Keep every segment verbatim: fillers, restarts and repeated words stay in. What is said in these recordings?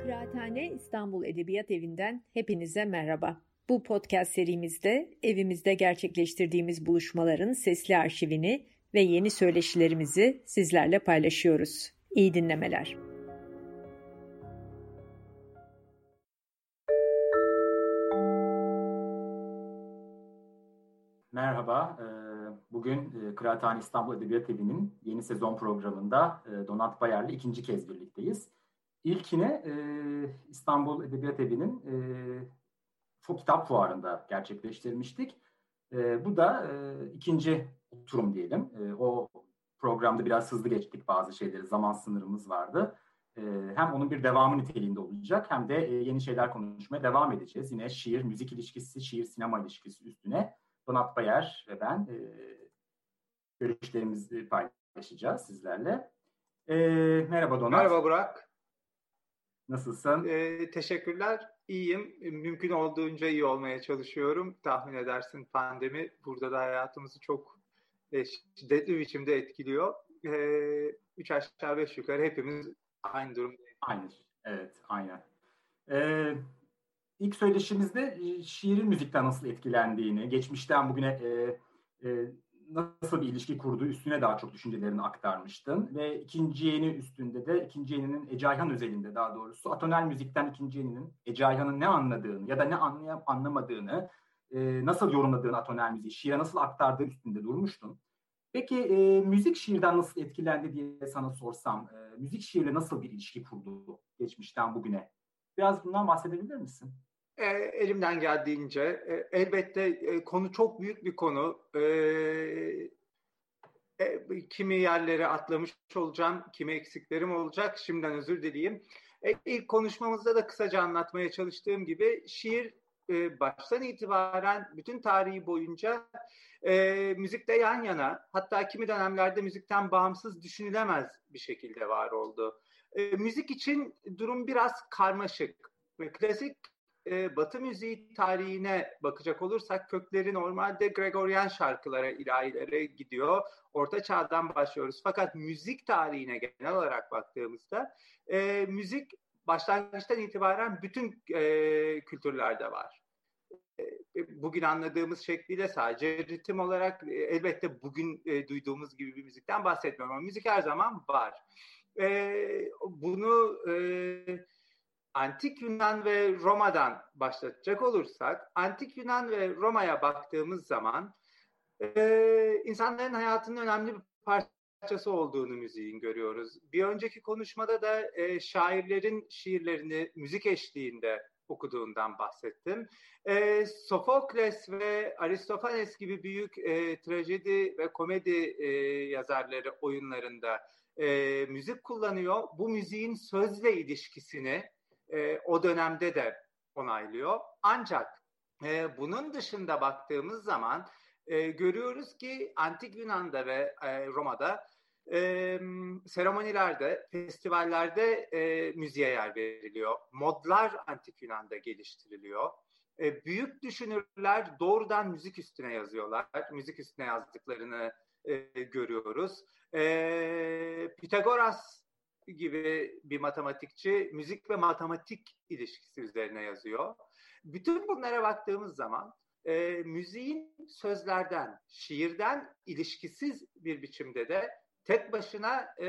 Kıraathane İstanbul Edebiyat Evi'nden hepinize merhaba. Bu podcast serimizde evimizde gerçekleştirdiğimiz buluşmaların sesli arşivini ve yeni söyleşilerimizi sizlerle paylaşıyoruz. İyi dinlemeler. Merhaba, bugün Kıraathane İstanbul Edebiyat Evi'nin yeni sezon programında Donat Bayar'la ikinci kez birlikteyiz. İlkini İstanbul Edebiyat Evi'nin kitap fuarında gerçekleştirmiştik. Bu da ikinci oturum diyelim. O programda biraz hızlı geçtik bazı şeyleri, zaman sınırımız vardı. Hem onun bir devamı niteliğinde olacak hem de yeni şeyler konuşmaya devam edeceğiz. Yine şiir-müzik ilişkisi, şiir-sinema ilişkisi üstüne Donat Bayar ve ben e, görüşlerimizi paylaşacağız sizlerle. E, merhaba Donat. Merhaba Burak. Nasılsın? E, teşekkürler. İyiyim. Mümkün olduğunca iyi olmaya çalışıyorum. Tahmin edersin pandemi burada da hayatımızı çok e, şiddetli biçimde etkiliyor. E, üç aşağı beş yukarı hepimiz aynı durumdayız. Aynı. Evet, aynen. Evet. İlk söyleşimizde şiirin müzikten nasıl etkilendiğini, geçmişten bugüne e, e, nasıl bir ilişki kurduğu üstüne daha çok düşüncelerini aktarmıştın. Ve ikinci yeni üstünde de ikinci yeninin Ece Ayhan özelinde daha doğrusu atonel müzikten ikinci yeninin Ece Ayhan'ın ne anladığını ya da ne anlayıp anlamadığını, e, nasıl yorumladığını atonel müziği, şiire nasıl aktardığı üstünde durmuştun. Peki e, müzik şiirden nasıl etkilendi diye sana sorsam, e, müzik şiirle nasıl bir ilişki kurdu geçmişten bugüne? Biraz bundan bahsedebilir misin? E, elimden geldiğince. E, elbette e, konu çok büyük bir konu. E, e, kimi yerlere atlamış olacağım, kimi eksiklerim olacak. Şimdiden özür dileyeyim. E, ilk konuşmamızda da kısaca anlatmaya çalıştığım gibi şiir e, baştan itibaren bütün tarihi boyunca e, müzikte yan yana, hatta kimi dönemlerde müzikten bağımsız düşünülemez bir şekilde var oldu. E, müzik için durum biraz karmaşık. Ve klasik e, Batı müziği tarihine bakacak olursak kökleri normalde Gregorian şarkılara, ilahilere gidiyor. Orta Çağ'dan başlıyoruz. Fakat müzik tarihine genel olarak baktığımızda e, müzik başlangıçtan itibaren bütün e, kültürlerde var. E, bugün anladığımız şekliyle sadece ritim olarak e, elbette bugün e, duyduğumuz gibi bir müzikten bahsetmiyorum ama müzik her zaman var. E, bunu e, Antik Yunan ve Roma'dan başlatacak olursak, Antik Yunan ve Roma'ya baktığımız zaman e, insanların hayatının önemli bir parçası olduğunu müziğin görüyoruz. Bir önceki konuşmada da e, şairlerin şiirlerini müzik eşliğinde okuduğundan bahsettim. E, Sofokles ve Aristofanes gibi büyük e, trajedi ve komedi e, yazarları oyunlarında e, müzik kullanıyor. Bu müziğin sözle ilişkisini E, o dönemde de onaylıyor. Ancak e, bunun dışında baktığımız zaman e, görüyoruz ki Antik Yunan'da ve e, Roma'da e, seremonilerde, festivallerde e, müziğe yer veriliyor. Modlar Antik Yunan'da geliştiriliyor. E, büyük düşünürler doğrudan müzik üstüne yazıyorlar. Müzik üstüne yazdıklarını e, görüyoruz. E, Pitagoras gibi bir matematikçi müzik ve matematik ilişkisi üzerine yazıyor. Bütün bunlara baktığımız zaman e, müziğin sözlerden, şiirden ilişkisiz bir biçimde de tek başına e,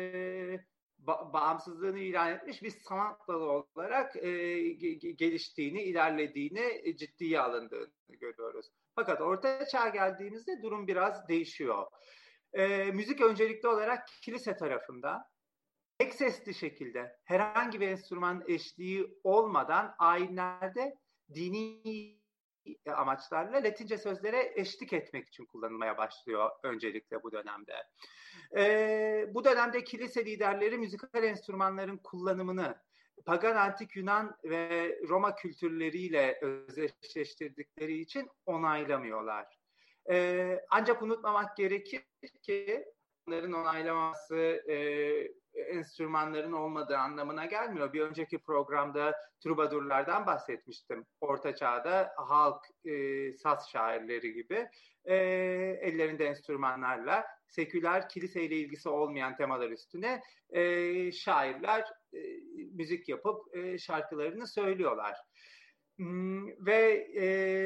ba- bağımsızlığını ilan etmiş bir sanat dalı olarak e, ge- geliştiğini, ilerlediğini, e, ciddiye alındığını görüyoruz. Fakat Orta Çağ'a geldiğimizde durum biraz değişiyor. E, müzik öncelikli olarak kilise tarafında tek sesli şekilde herhangi bir enstrüman eşliği olmadan ayinlerde dini amaçlarla Latince sözlere eşlik etmek için kullanılmaya başlıyor öncelikle bu dönemde. Ee, bu dönemde kilise liderleri müzikal enstrümanların kullanımını pagan antik Yunan ve Roma kültürleriyle özdeşleştirdikleri için onaylamıyorlar. Ee, ancak unutmamak gerekir ki onların onaylaması e, enstrümanların olmadığı anlamına gelmiyor. Bir önceki programda trubadurlardan bahsetmiştim. Orta Çağ'da halk, e, saz şairleri gibi e, ellerinde enstrümanlarla seküler, kiliseyle ilgisi olmayan temalar üstüne e, şairler e, müzik yapıp e, şarkılarını söylüyorlar. Hmm, ve e,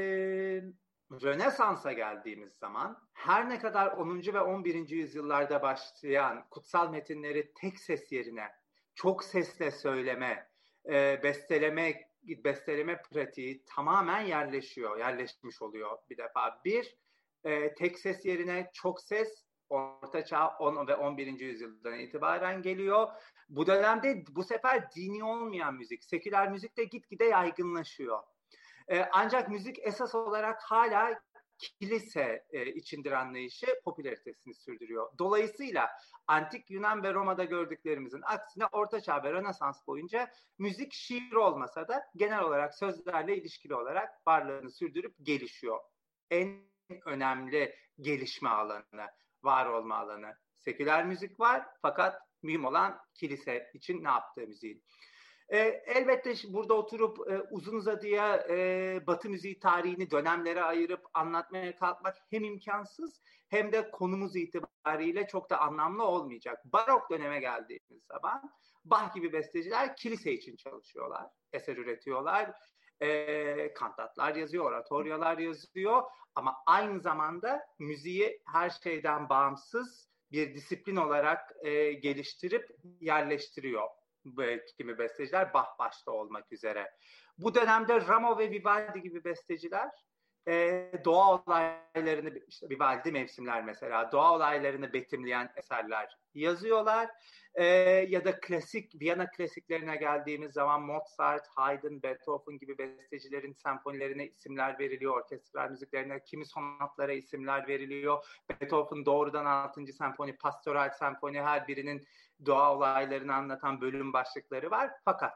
Rönesans'a geldiğimiz zaman her ne kadar onuncu ve on birinci yüzyıllarda başlayan kutsal metinleri tek ses yerine çok sesle söyleme, e, besteleme, besteleme pratiği tamamen yerleşiyor, yerleşmiş oluyor bir defa. Bir, e, tek ses yerine çok ses Orta Çağ on ve on birinci yüzyıldan itibaren geliyor. Bu dönemde bu sefer dini olmayan müzik, seküler müzik de gitgide yaygınlaşıyor. Ee, ancak müzik esas olarak hala kilise e, içindir anlayışı popülaritesini sürdürüyor. Dolayısıyla antik Yunan ve Roma'da gördüklerimizin aksine Orta Çağ ve Rönesans boyunca müzik şiir olmasa da genel olarak sözlerle ilişkili olarak varlığını sürdürüp gelişiyor. En önemli gelişme alanı, var olma alanı. Seküler müzik var fakat mühim olan kilise için ne yaptığı müziğin. E, elbette burada oturup e, uzun uzadıya e, Batı müziği tarihini dönemlere ayırıp anlatmaya kalkmak hem imkansız hem de konumuz itibariyle çok da anlamlı olmayacak. Barok döneme geldiğimiz zaman Bach gibi besteciler kilise için çalışıyorlar, eser üretiyorlar, e, kantatlar yazıyor, oratoryalar yazıyor ama aynı zamanda müziği her şeyden bağımsız bir disiplin olarak e, geliştirip yerleştiriyor. Kimi besteciler Bach başta olmak üzere. Bu dönemde Rameau ve Vivaldi gibi besteciler e, doğa olaylarını, işte Vivaldi Mevsimler mesela, doğa olaylarını betimleyen eserler yazıyorlar. E, ya da klasik, Viyana klasiklerine geldiğimiz zaman Mozart, Haydn, Beethoven gibi bestecilerin senfonilerine isimler veriliyor, orkestral müziklerine, kimi sonatlara isimler veriliyor. Beethoven doğrudan altıncı senfoni, pastoral senfoni, her birinin doğa olaylarını anlatan bölüm başlıkları var. Fakat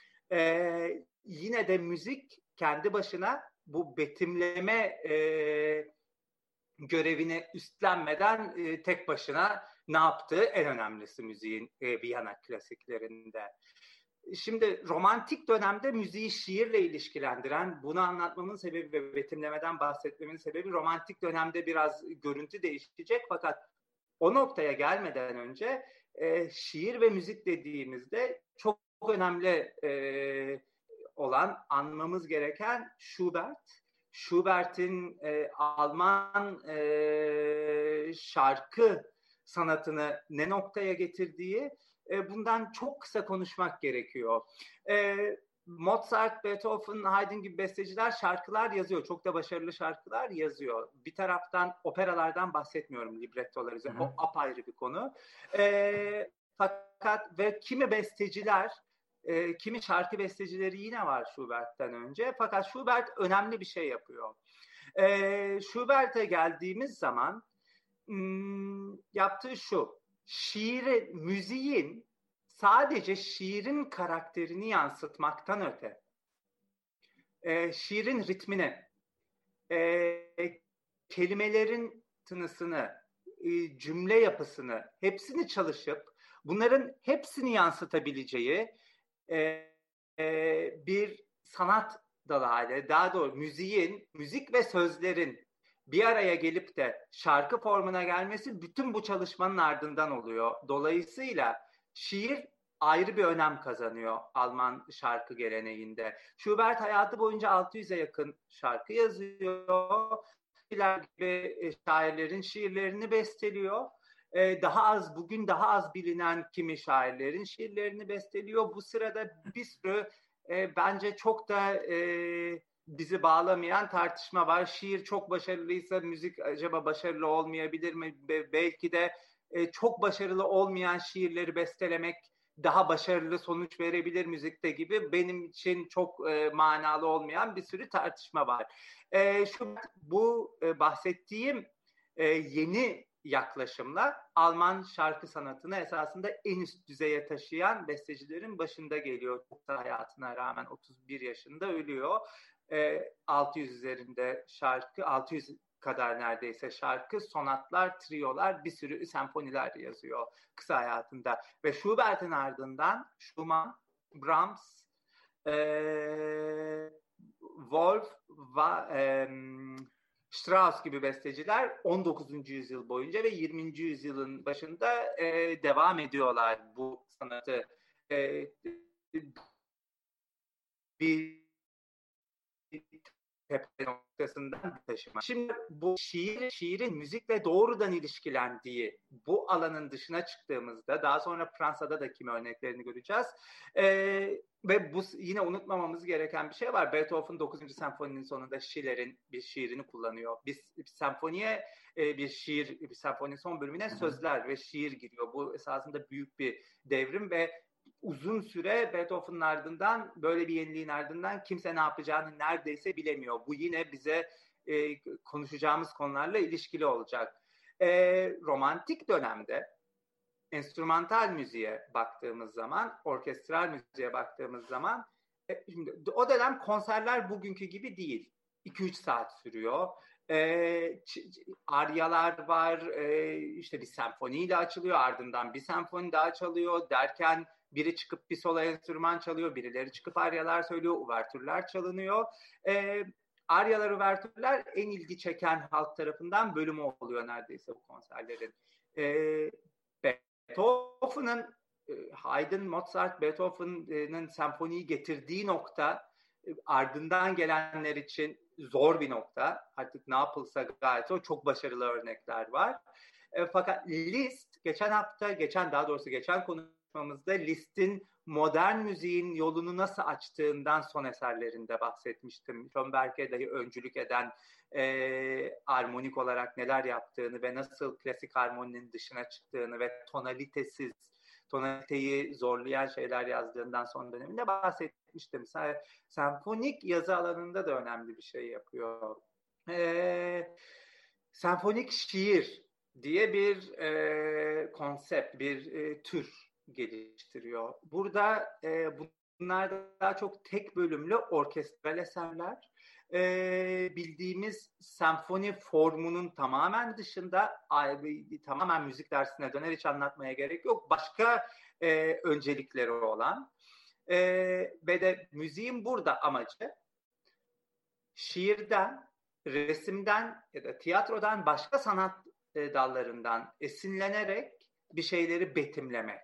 e, yine de müzik kendi başına bu betimleme e, görevini üstlenmeden e, tek başına ne yaptığı en önemlisi müziğin e, Viyana klasiklerinde. Şimdi romantik dönemde müziği şiirle ilişkilendiren, bunu anlatmamın sebebi ve betimlemeden bahsetmemin sebebi romantik dönemde biraz görüntü değişecek fakat o noktaya gelmeden önce e, şiir ve müzik dediğimizde çok önemli e, olan, anmamız gereken Schubert. Schubert'in e, Alman e, şarkı sanatını ne noktaya getirdiği, e, bundan çok kısa konuşmak gerekiyor. E, Mozart, Beethoven, Haydn gibi besteciler şarkılar yazıyor. Çok da başarılı şarkılar yazıyor. Bir taraftan operalardan bahsetmiyorum, librettolar üzerine. O apayrı bir konu. E, fakat ve kimi besteciler, e, kimi şarkı bestecileri yine var Schubert'ten önce. Fakat Schubert önemli bir şey yapıyor. E, Schubert'e geldiğimiz zaman hmm, yaptığı şu. Şiiri, müziğin sadece şiirin karakterini yansıtmaktan öte, e, şiirin ritmini, e, kelimelerin tınısını, e, cümle yapısını, hepsini çalışıp bunların hepsini yansıtabileceği e, e, bir sanat dalı hale, daha doğru müziğin, müzik ve sözlerin bir araya gelip de şarkı formuna gelmesi bütün bu çalışmanın ardından oluyor. Dolayısıyla şiir ayrı bir önem kazanıyor Alman şarkı geleneğinde. Schubert hayatı boyunca altı yüze yakın şarkı yazıyor. Gibi şairlerin şiirlerini besteliyor. Daha az, bugün daha az bilinen kimi şairlerin şiirlerini besteliyor. Bu sırada bir sürü e, bence çok da e, bizi bağlamayan tartışma var. Şiir çok başarılıysa müzik acaba başarılı olmayabilir mi? Be- belki de e, çok başarılı olmayan şiirleri bestelemek daha başarılı sonuç verebilir müzikte gibi benim için çok e, manalı olmayan bir sürü tartışma var. E, şu bu e, bahsettiğim e, yeni yaklaşımla Alman şarkı sanatını esasında en üst düzeye taşıyan bestecilerin başında geliyor. Çok da hayatına rağmen otuz bir yaşında ölüyor. E, altı yüz üzerinde şarkı, altı yüz kadar neredeyse şarkı, sonatlar, triyolar, bir sürü senfoniler yazıyor kısa hayatında. Ve Schubert'in ardından Schumann, Brahms, e, Wolf, va, e, Strauss gibi besteciler on dokuzuncu yüzyıl boyunca ve yirminci yüzyılın başında e, devam ediyorlar bu sanatı e, bir tepe noktasından taşıma. Şimdi bu şiir, şiirin müzikle doğrudan ilişkilendiği bu alanın dışına çıktığımızda, daha sonra Fransa'da da kimi örneklerini göreceğiz. Ee, ve bu yine unutmamamız gereken bir şey var. Beethoven dokuzuncu senfoninin sonunda Schiller'in bir şiirini kullanıyor. Bir, bir senfoniye e, bir şiir, bir senfoninin son bölümüne sözler ve şiir giriyor. Bu esasında büyük bir devrim ve uzun süre Beethoven'ın ardından, böyle bir yeniliğin ardından kimse ne yapacağını neredeyse bilemiyor. Bu yine bize e, konuşacağımız konularla ilişkili olacak. E, romantik dönemde enstrümantal müziğe baktığımız zaman, orkestral müziğe baktığımız zaman e, şimdi, o dönem konserler bugünkü gibi değil. iki üç saat sürüyor. E, aryalar var, e, işte bir senfoniyle açılıyor, ardından bir senfoni daha çalıyor derken biri çıkıp bir solo enstrüman çalıyor, birileri çıkıp aryalar söylüyor, uvertürler çalınıyor. E, aryalar, uvertürler en ilgi çeken halk tarafından bölümü oluyor neredeyse bu konserlerin. E, Beethoven'ın, Haydn, Mozart, Beethoven'ın senfoniyi getirdiği nokta ardından gelenler için zor bir nokta. Artık ne yapılsa gayet o, çok başarılı örnekler var. E, fakat Liszt, geçen hafta, geçen daha doğrusu geçen konuşmamızda Liszt'in modern müziğin yolunu nasıl açtığından son eserlerinde bahsetmiştim. Schönberg'e dahi öncülük eden e, armonik olarak neler yaptığını ve nasıl klasik harmoninin dışına çıktığını ve tonalitesiz, tonaliteyi zorlayan şeyler yazdığından son döneminde bahsetmiştim. Senfonik yazı alanında da önemli bir şey yapıyor. E, senfonik şiir diye bir e, konsept, bir e, tür geliştiriyor. Burada e, bunlar daha çok tek bölümlü orkestral eserler. E, bildiğimiz senfoni formunun tamamen dışında, tamamen müzik dersine döner, hiç anlatmaya gerek yok. Başka e, öncelikleri olan e, ve de müziğin burada amacı şiirden, resimden ya da tiyatrodan, başka sanat e, dallarından esinlenerek bir şeyleri betimlemek.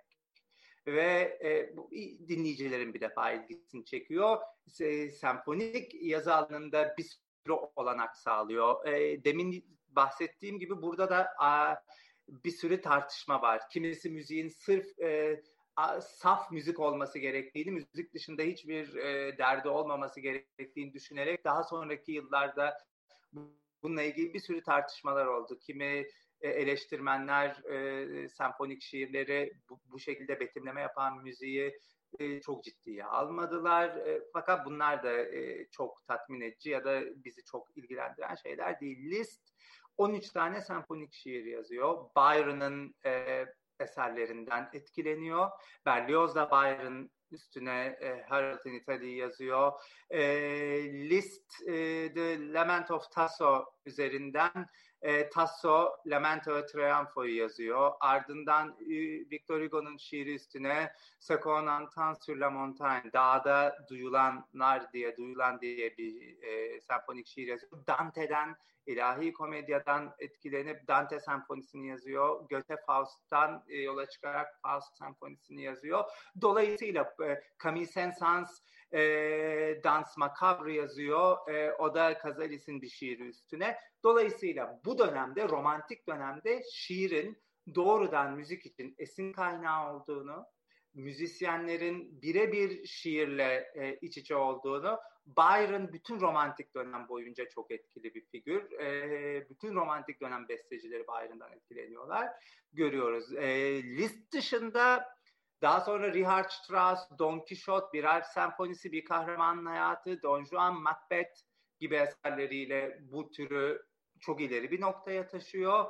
Ve e, bu dinleyicilerin bir defa ilgisini çekiyor. E, senfonik yazı alanında bir sürü olanak sağlıyor. E, demin bahsettiğim gibi burada da a, bir sürü tartışma var. Kimisi müziğin sırf e, a, saf müzik olması gerektiğini, müzik dışında hiçbir e, derdi olmaması gerektiğini düşünerek daha sonraki yıllarda bununla ilgili bir sürü tartışmalar oldu. Kimi eleştirmenler e, senfonik şiirleri, bu, bu şekilde betimleme yapan müziği e, çok ciddiye almadılar. E, fakat bunlar da e, çok tatmin edici ya da bizi çok ilgilendiren şeyler değil. Liszt on üç tane senfonik şiir yazıyor. Byron'ın e, eserlerinden etkileniyor. Berlioz da Byron üstüne e, Harold in Italy yazıyor. E, Liszt e, The Lament of Tasso üzerinden E, Tasso Lamento e Trionfo'yu yazıyor. Ardından e, Victor Hugo'nun şiiri üstüne Second Entente sur la Montagne, dağda duyulanlar diye, duyulan diye bir e, senfonik şiir yazıyor. Dante'den, İlahi Komedia'dan etkilenip Dante senfonisini yazıyor. Goethe Faust'tan e, yola çıkarak Faust senfonisini yazıyor. Dolayısıyla e, Camille Saint-Saëns e, Dans Macabre yazıyor. E, o da Casalis'in bir şiiri üstüne. Dolayısıyla bu dönemde, romantik dönemde şiirin doğrudan müzik için esin kaynağı olduğunu, müzisyenlerin birebir şiirle e, iç içe olduğunu, Byron bütün romantik dönem boyunca çok etkili bir figür. E, bütün romantik dönem bestecileri Byron'dan etkileniyorlar. Görüyoruz. E, Liszt dışında daha sonra Richard Strauss, Don Quixote, birer senfonisi, bir kahramanın hayatı, Don Juan, Macbeth gibi eserleriyle bu türü çok ileri bir noktaya taşıyor.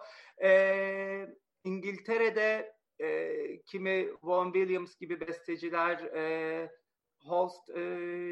E, İngiltere'de e, kimi Vaughan Williams gibi besteciler, e, Holst, e,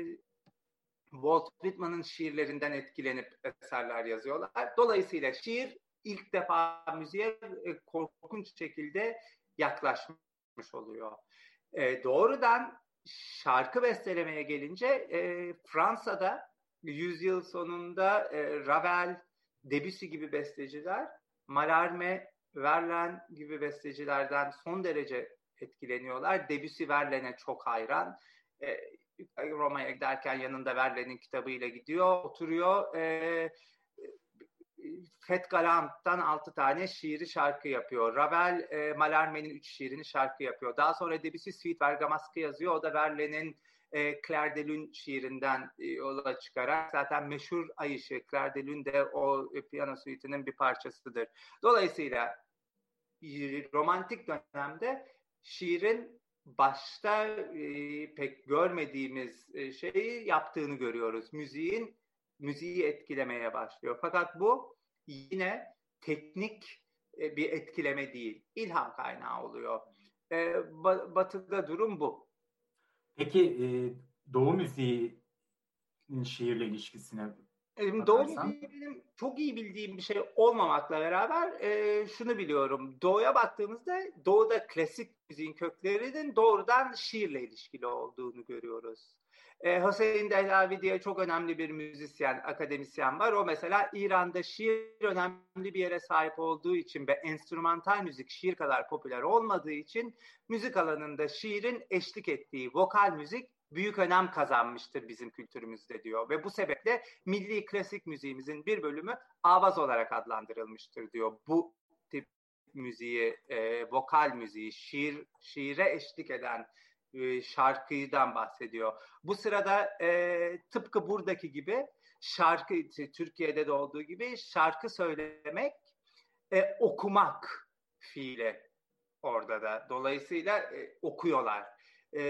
Walt Whitman'ın şiirlerinden etkilenip eserler yazıyorlar. Dolayısıyla şiir ilk defa müziğe e, korkunç şekilde yaklaşmış oluyor. E, doğrudan şarkı bestelemeye gelince e, Fransa'da yüzyıl sonunda e, Ravel, Debussy gibi besteciler, Mallarmé, Verlaine gibi bestecilerden son derece etkileniyorlar. Debussy Verlaine'e çok hayran. E, Roma'ya giderken yanında Verlaine'in kitabıyla gidiyor, oturuyor. E, Feth Galant'tan altı tane şiiri şarkı yapıyor. Ravel, e, Mallarmé'nin üç şiirini şarkı yapıyor. Daha sonra Debussy Suite Bergamasque yazıyor. O da Verlaine'in e, Clair de Lune şiirinden e, yola çıkarak zaten meşhur Ay Işığı, Clair de Lune de o e, piyano suite'inin bir parçasıdır. Dolayısıyla e, romantik dönemde şiirin başta e, pek görmediğimiz e, şeyi yaptığını görüyoruz. Müziğin müziği etkilemeye başlıyor. Fakat bu yine teknik e, bir etkileme değil. İlham kaynağı oluyor. E, Batı'da durum bu. Peki e, Doğu müziğinin şiirle ilişkisine e, Doğu müziği benim çok iyi bildiğim bir şey olmamakla beraber e, şunu biliyorum. Doğu'ya baktığımızda Doğu'da klasik müziğin köklerinin doğrudan şiirle ilişkili olduğunu görüyoruz. E, Hüseyin Dehlavi diye çok önemli bir müzisyen, akademisyen var. O mesela İran'da şiir önemli bir yere sahip olduğu için ve enstrümantal müzik şiir kadar popüler olmadığı için müzik alanında şiirin eşlik ettiği vokal müzik büyük önem kazanmıştır bizim kültürümüzde diyor. Ve bu sebeple milli klasik müziğimizin bir bölümü avaz olarak adlandırılmıştır diyor. Bu tip müziği, e, vokal müziği, şiir, şiire eşlik eden şarkıdan bahsediyor. Bu sırada e, tıpkı buradaki gibi şarkı, Türkiye'de de olduğu gibi şarkı söylemek, e, okumak fiili orada da. Dolayısıyla e, okuyorlar. E,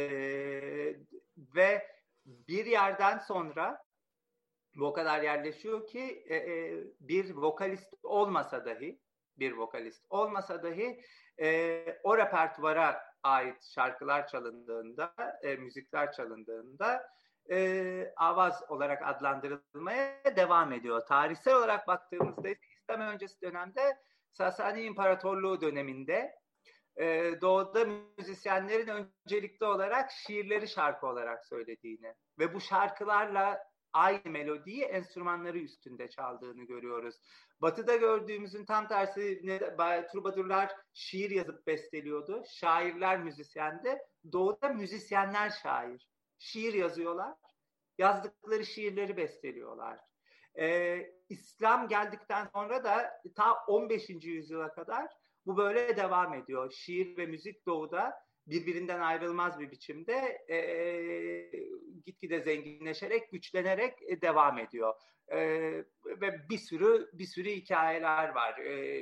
ve bir yerden sonra bu o kadar yerleşiyor ki e, e, bir vokalist olmasa dahi bir vokalist olmasa dahi e, o repertuvara ait şarkılar çalındığında, e, müzikler çalındığında e, avaz olarak adlandırılmaya devam ediyor. Tarihsel olarak baktığımızda İslam öncesi dönemde Sasani İmparatorluğu döneminde e, Doğu'da müzisyenlerin öncelikli olarak şiirleri şarkı olarak söylediğini ve bu şarkılarla aynı melodiyi enstrümanları üstünde çaldığını görüyoruz. Batı'da gördüğümüzün tam tersi trubadurlar şiir yazıp besteliyordu. Şairler müzisyendi. Doğu'da müzisyenler şair. Şiir yazıyorlar. Yazdıkları şiirleri besteliyorlar. Ee, İslam geldikten sonra da ta on beşinci yüzyıla kadar bu böyle devam ediyor. Şiir ve müzik Doğu'da birbirinden ayrılmaz bir biçimde e, gitgide zenginleşerek, güçlenerek e, devam ediyor. E, ve bir sürü bir sürü hikayeler var. E,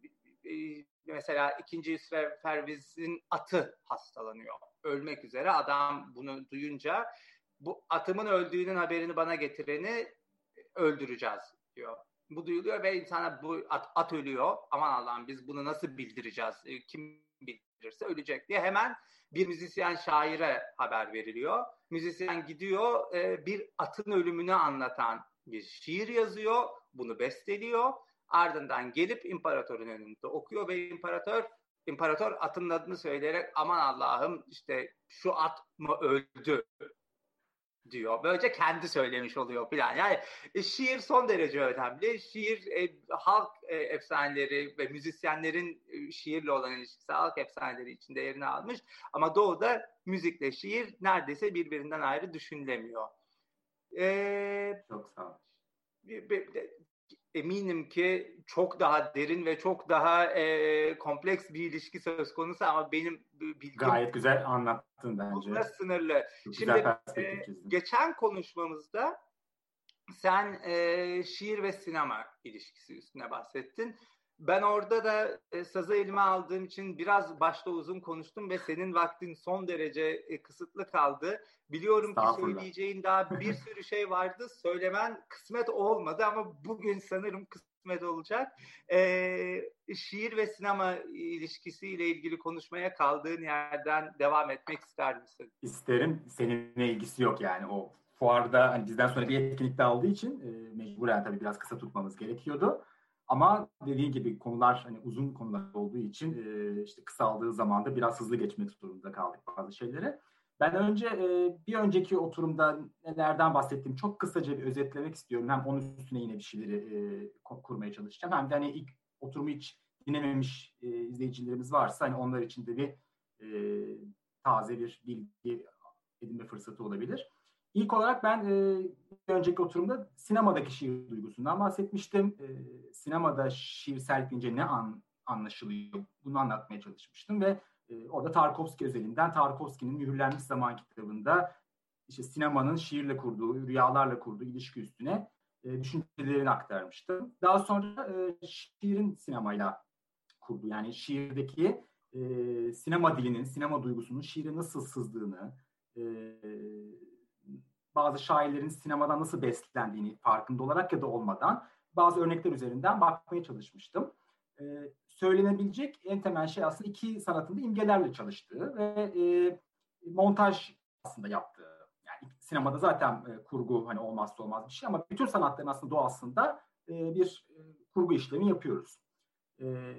e, mesela ikinci Yusuf Perviz'in atı hastalanıyor. Ölmek üzere. Adam bunu duyunca bu atımın öldüğünün haberini bana getireni öldüreceğiz diyor. Bu duyuluyor ve insana bu at, at ölüyor. Aman Allah'ım biz bunu nasıl bildireceğiz? E, kim bildirirse ölecek diye hemen bir müzisyen şaire haber veriliyor. Müzisyen gidiyor e, bir atın ölümünü anlatan bir şiir yazıyor. Bunu besteliyor. Ardından gelip imparatorun önünde okuyor ve imparator imparator atın adını söyleyerek aman Allah'ım işte şu at mı öldü diyor. Böylece kendi söylemiş oluyor falan. Yani e, şiir son derece önemli. Şiir e, halk e, efsaneleri ve müzisyenlerin e, şiirle olan ilişkisi halk efsaneleri içinde yerini almış. Ama Doğu'da müzikle şiir neredeyse birbirinden ayrı düşünülemiyor. Ee, Çok sağ ol. Eminim ki çok daha derin ve çok daha e, kompleks bir ilişki söz konusu ama benim bilgim gayet güzel anlattın bence. Çok sınırlı. Çok Şimdi e, geçen konuşmamızda sen e, şiir ve sinema ilişkisi üstüne bahsettin. Ben orada da e, sazı elime aldığım için biraz başta uzun konuştum ve senin vaktin son derece e, kısıtlı kaldı. Biliyorum ki söyleyeceğin daha bir sürü şey vardı. Söylemen kısmet olmadı ama bugün sanırım kısmet olacak. E, şiir ve sinema ilişkisiyle ilgili konuşmaya kaldığın yerden devam etmek ister misin? İsterim. Seninle ilgisi yok yani o fuarda hani bizden sonra bir etkinlik daha olduğu için e, mecburen tabii biraz kısa tutmamız gerekiyordu. Ama dediğin gibi konular hani uzun konular olduğu için e, işte kısaldığı zaman da biraz hızlı geçmek zorunda kaldık bazı şeylere. Ben önce e, bir önceki oturumda nelerden bahsettiğim çok kısaca bir özetlemek istiyorum. Hem onun üstüne yine bir şeyleri e, kurmaya çalışacağım. Hem de hani ilk oturumu hiç dinlememiş e, izleyicilerimiz varsa hani onlar için de bir e, taze bir bilgi edinme fırsatı olabilir. İlk olarak ben e, bir önceki oturumda sinemadaki şiir duygusundan bahsetmiştim. E, sinemada şiirsellik deyince ne an, anlaşılıyor? Bunu anlatmaya çalışmıştım ve e, orada Tarkovski özelinden Tarkovski'nin Mühürlenmiş Zaman kitabında işte sinemanın şiirle kurduğu, rüyalarla kurduğu ilişki üstüne e, düşüncelerini aktarmıştım. Daha sonra e, şiirin sinemayla kurduğu, yani şiirdeki e, sinema dilinin, sinema duygusunun şiire nasıl sızdığını, e, bazı şairlerin sinemadan nasıl beslendiğini farkında olarak ya da olmadan bazı örnekler üzerinden bakmaya çalışmıştım. E, söylenebilecek en temel şey aslında iki sanatında imgelerle çalıştığı ve e, montaj aslında yaptığı. Yani sinemada zaten e, kurgu hani olmazsa olmaz bir şey ama bütün sanatların aslında doğasında e, bir e, kurgu işlemi yapıyoruz. E,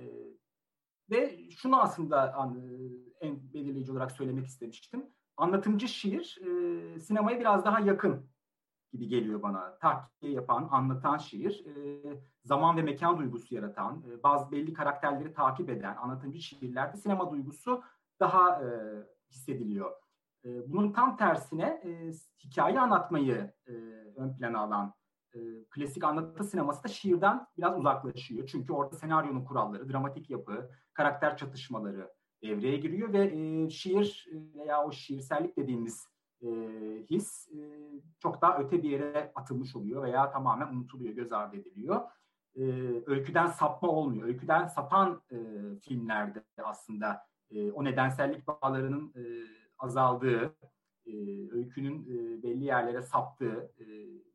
ve şunu aslında an, en belirleyici olarak söylemek istemiştim. Anlatımcı şiir e, sinemaya biraz daha yakın gibi geliyor bana. Tahkiye yapan, anlatan şiir, e, zaman ve mekan duygusu yaratan, e, bazı belli karakterleri takip eden anlatımcı şiirlerde sinema duygusu daha e, hissediliyor. E, bunun tam tersine e, hikaye anlatmayı e, ön plana alan e, klasik anlatı sineması da şiirden biraz uzaklaşıyor. Çünkü orada senaryonun kuralları, dramatik yapı, karakter çatışmaları devreye giriyor ve e, şiir veya o şiirsellik dediğimiz e, his e, çok daha öte bir yere atılmış oluyor veya tamamen unutuluyor, göz ardı ediliyor. E, öyküden sapma olmuyor. Öyküden sapan e, filmlerde aslında e, o nedensellik bağlarının e, azaldığı, e, öykünün e, belli yerlere saptığı e,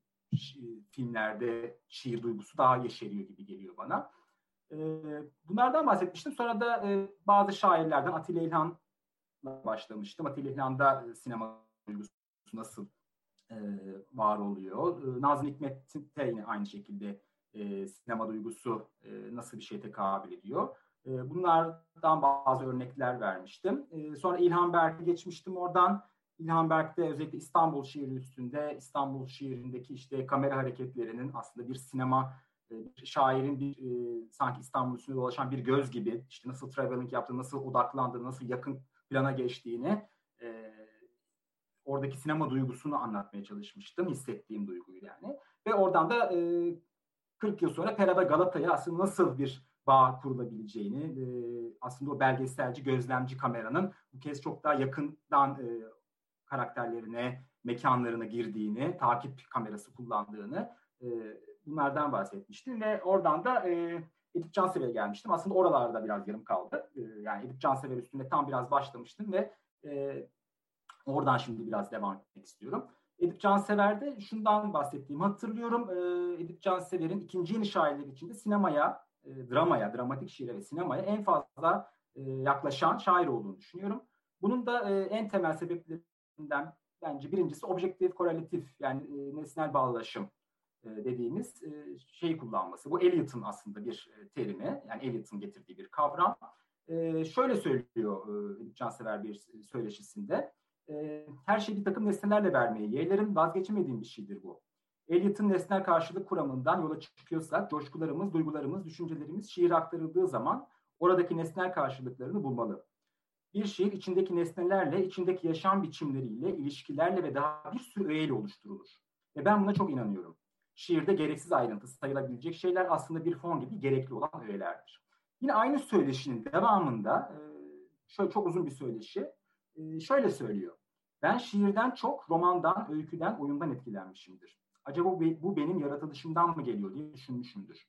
filmlerde şiir duygusu daha yeşeriyor gibi geliyor bana. E, bunlardan bahsetmiştim. Sonra da e, bazı şairlerden Atilla İlhan'la başlamıştım. Atilla İlhan'da e, sinema duygusu nasıl e, var oluyor? E, Nazım Hikmet'te yine aynı şekilde e, sinema duygusu e, nasıl bir şeye tekabül ediyor? E, bunlardan bazı örnekler vermiştim. E, sonra İlhan Berk'e geçmiştim oradan. İlhan Berk'te özellikle İstanbul şiiri üstünde, İstanbul şiirindeki işte kamera hareketlerinin aslında bir sinema, bir şairin bir e, sanki İstanbul üstünde dolaşan bir göz gibi işte nasıl traveling yaptığını, nasıl odaklandığını, nasıl yakın plana geçtiğini, e, oradaki sinema duygusunu anlatmaya çalışmıştım. Hissettiğim duyguyu yani. Ve oradan da e, kırk yıl sonra Pera ve Galata'ya aslında nasıl bir bağ kurulabileceğini, e, aslında o belgeselci, gözlemci kameranın bu kez çok daha yakından e, karakterlerine, mekanlarına girdiğini, takip kamerası kullandığını, e, bunlardan bahsetmiştim. Ve oradan da e, Edip Cansever'e gelmiştim. Aslında oralarda biraz yarım kaldı. E, yani Edip Cansever üstünde tam biraz başlamıştım ve e, oradan şimdi biraz devam etmek istiyorum. Edip Cansever'de şundan bahsettiğimi hatırlıyorum. Ee, Edip Cansever'in ikinci yeni şairleri içinde sinemaya, e, dramaya, dramatik şiire ve sinemaya en fazla e, yaklaşan şair olduğunu düşünüyorum. Bunun da e, en temel sebeplerinden bence birincisi objektif, korelatif yani e, nesnel bağlaşım e, dediğimiz e, şeyi kullanması. Bu Eliot'un aslında bir e, terimi, yani Eliot'un getirdiği bir kavram. E, şöyle söylüyor e, Edip Cansever bir söyleşisinde. E, her şeyi bir takım nesnelerle vermeyi yeğlerim, vazgeçemediğim bir şeydir bu. Eliot'un nesnel karşılık kuramından yola çıkıyorsak, coşkularımız, duygularımız, düşüncelerimiz şiire aktarıldığı zaman oradaki nesnel karşılıklarını bulmalı. Bir şiir içindeki nesnelerle, içindeki yaşam biçimleriyle, ilişkilerle ve daha bir sürü öğeyle oluşturulur. Ve ben buna çok inanıyorum. Şiirde gereksiz ayrıntı sayılabilecek şeyler aslında bir fon gibi gerekli olan öğelerdir. Yine aynı söyleşinin devamında, şöyle çok uzun bir söyleşi, şöyle söylüyor. Ben şiirden çok romandan, öyküden, oyundan etkilenmişimdir. Acaba bu benim yaratılışımdan mı geliyor diye düşünmüşümdür.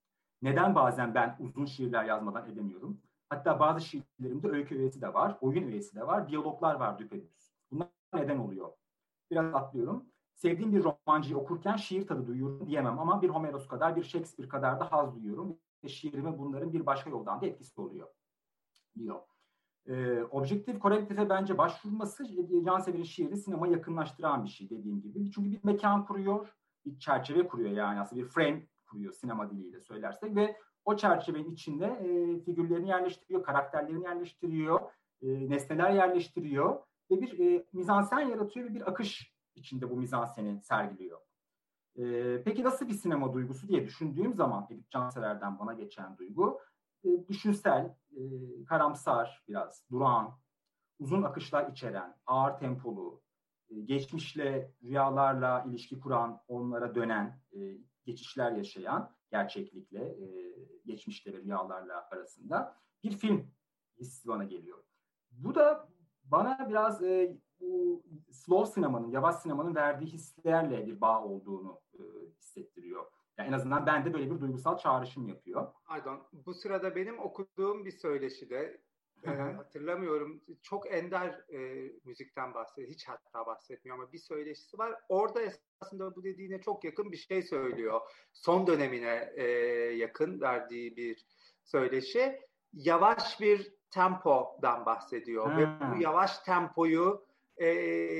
Neden bazen ben uzun şiirler yazmadan edemiyorum? Hatta bazı şiirlerimde öykü öğesi de var, oyun öğesi de var, diyaloglar var düpedüz. Bunlar neden oluyor? Biraz atlıyorum. Sevdiğim bir romancıyı okurken şiir tadı duyuyorum diyemem ama bir Homeros kadar, bir Shakespeare kadar da haz duyuyorum. Ve şiirime bunların bir başka yoldan da etkisi oluyor, diyor. Ee, objektif korelatife bence başvurması Cansever'in şiirini sinema yakınlaştıran bir şey dediğim gibi. Çünkü bir mekan kuruyor, bir çerçeve kuruyor yani aslında bir frame kuruyor sinema diliyle söylersek ve o çerçevenin içinde e, figürlerini yerleştiriyor, karakterlerini yerleştiriyor, e, nesneler yerleştiriyor ve bir e, mizansen yaratıyor ve bir akış içinde bu mizanseni sergiliyor. E, peki nasıl bir sinema duygusu diye düşündüğüm zaman Edip Cansever'den bana geçen duygu e, düşünsel, e, karamsar biraz, durağan, uzun akışlar içeren, ağır tempolu, e, geçmişle, rüyalarla ilişki kuran, onlara dönen, e, geçişler yaşayan gerçeklikle, e, geçmişle ve rüyalarla arasında bir film hissi bana geliyor. Bu da bana biraz e, bu slow sinemanın, yavaş sinemanın verdiği hislerle bir bağ olduğunu e, hissettiriyor. Yani en azından bende böyle bir duygusal çağrışım yapıyor. Pardon, bu sırada benim okuduğum bir söyleşide e, hatırlamıyorum, çok ender e, müzikten bahsediyor, hiç hatta bahsetmiyor ama bir söyleşisi var. Orada esasında bu dediğine çok yakın bir şey söylüyor. Son dönemine e, yakın verdiği bir söyleşi. Yavaş bir tempodan bahsediyor ve bu yavaş tempoyu e,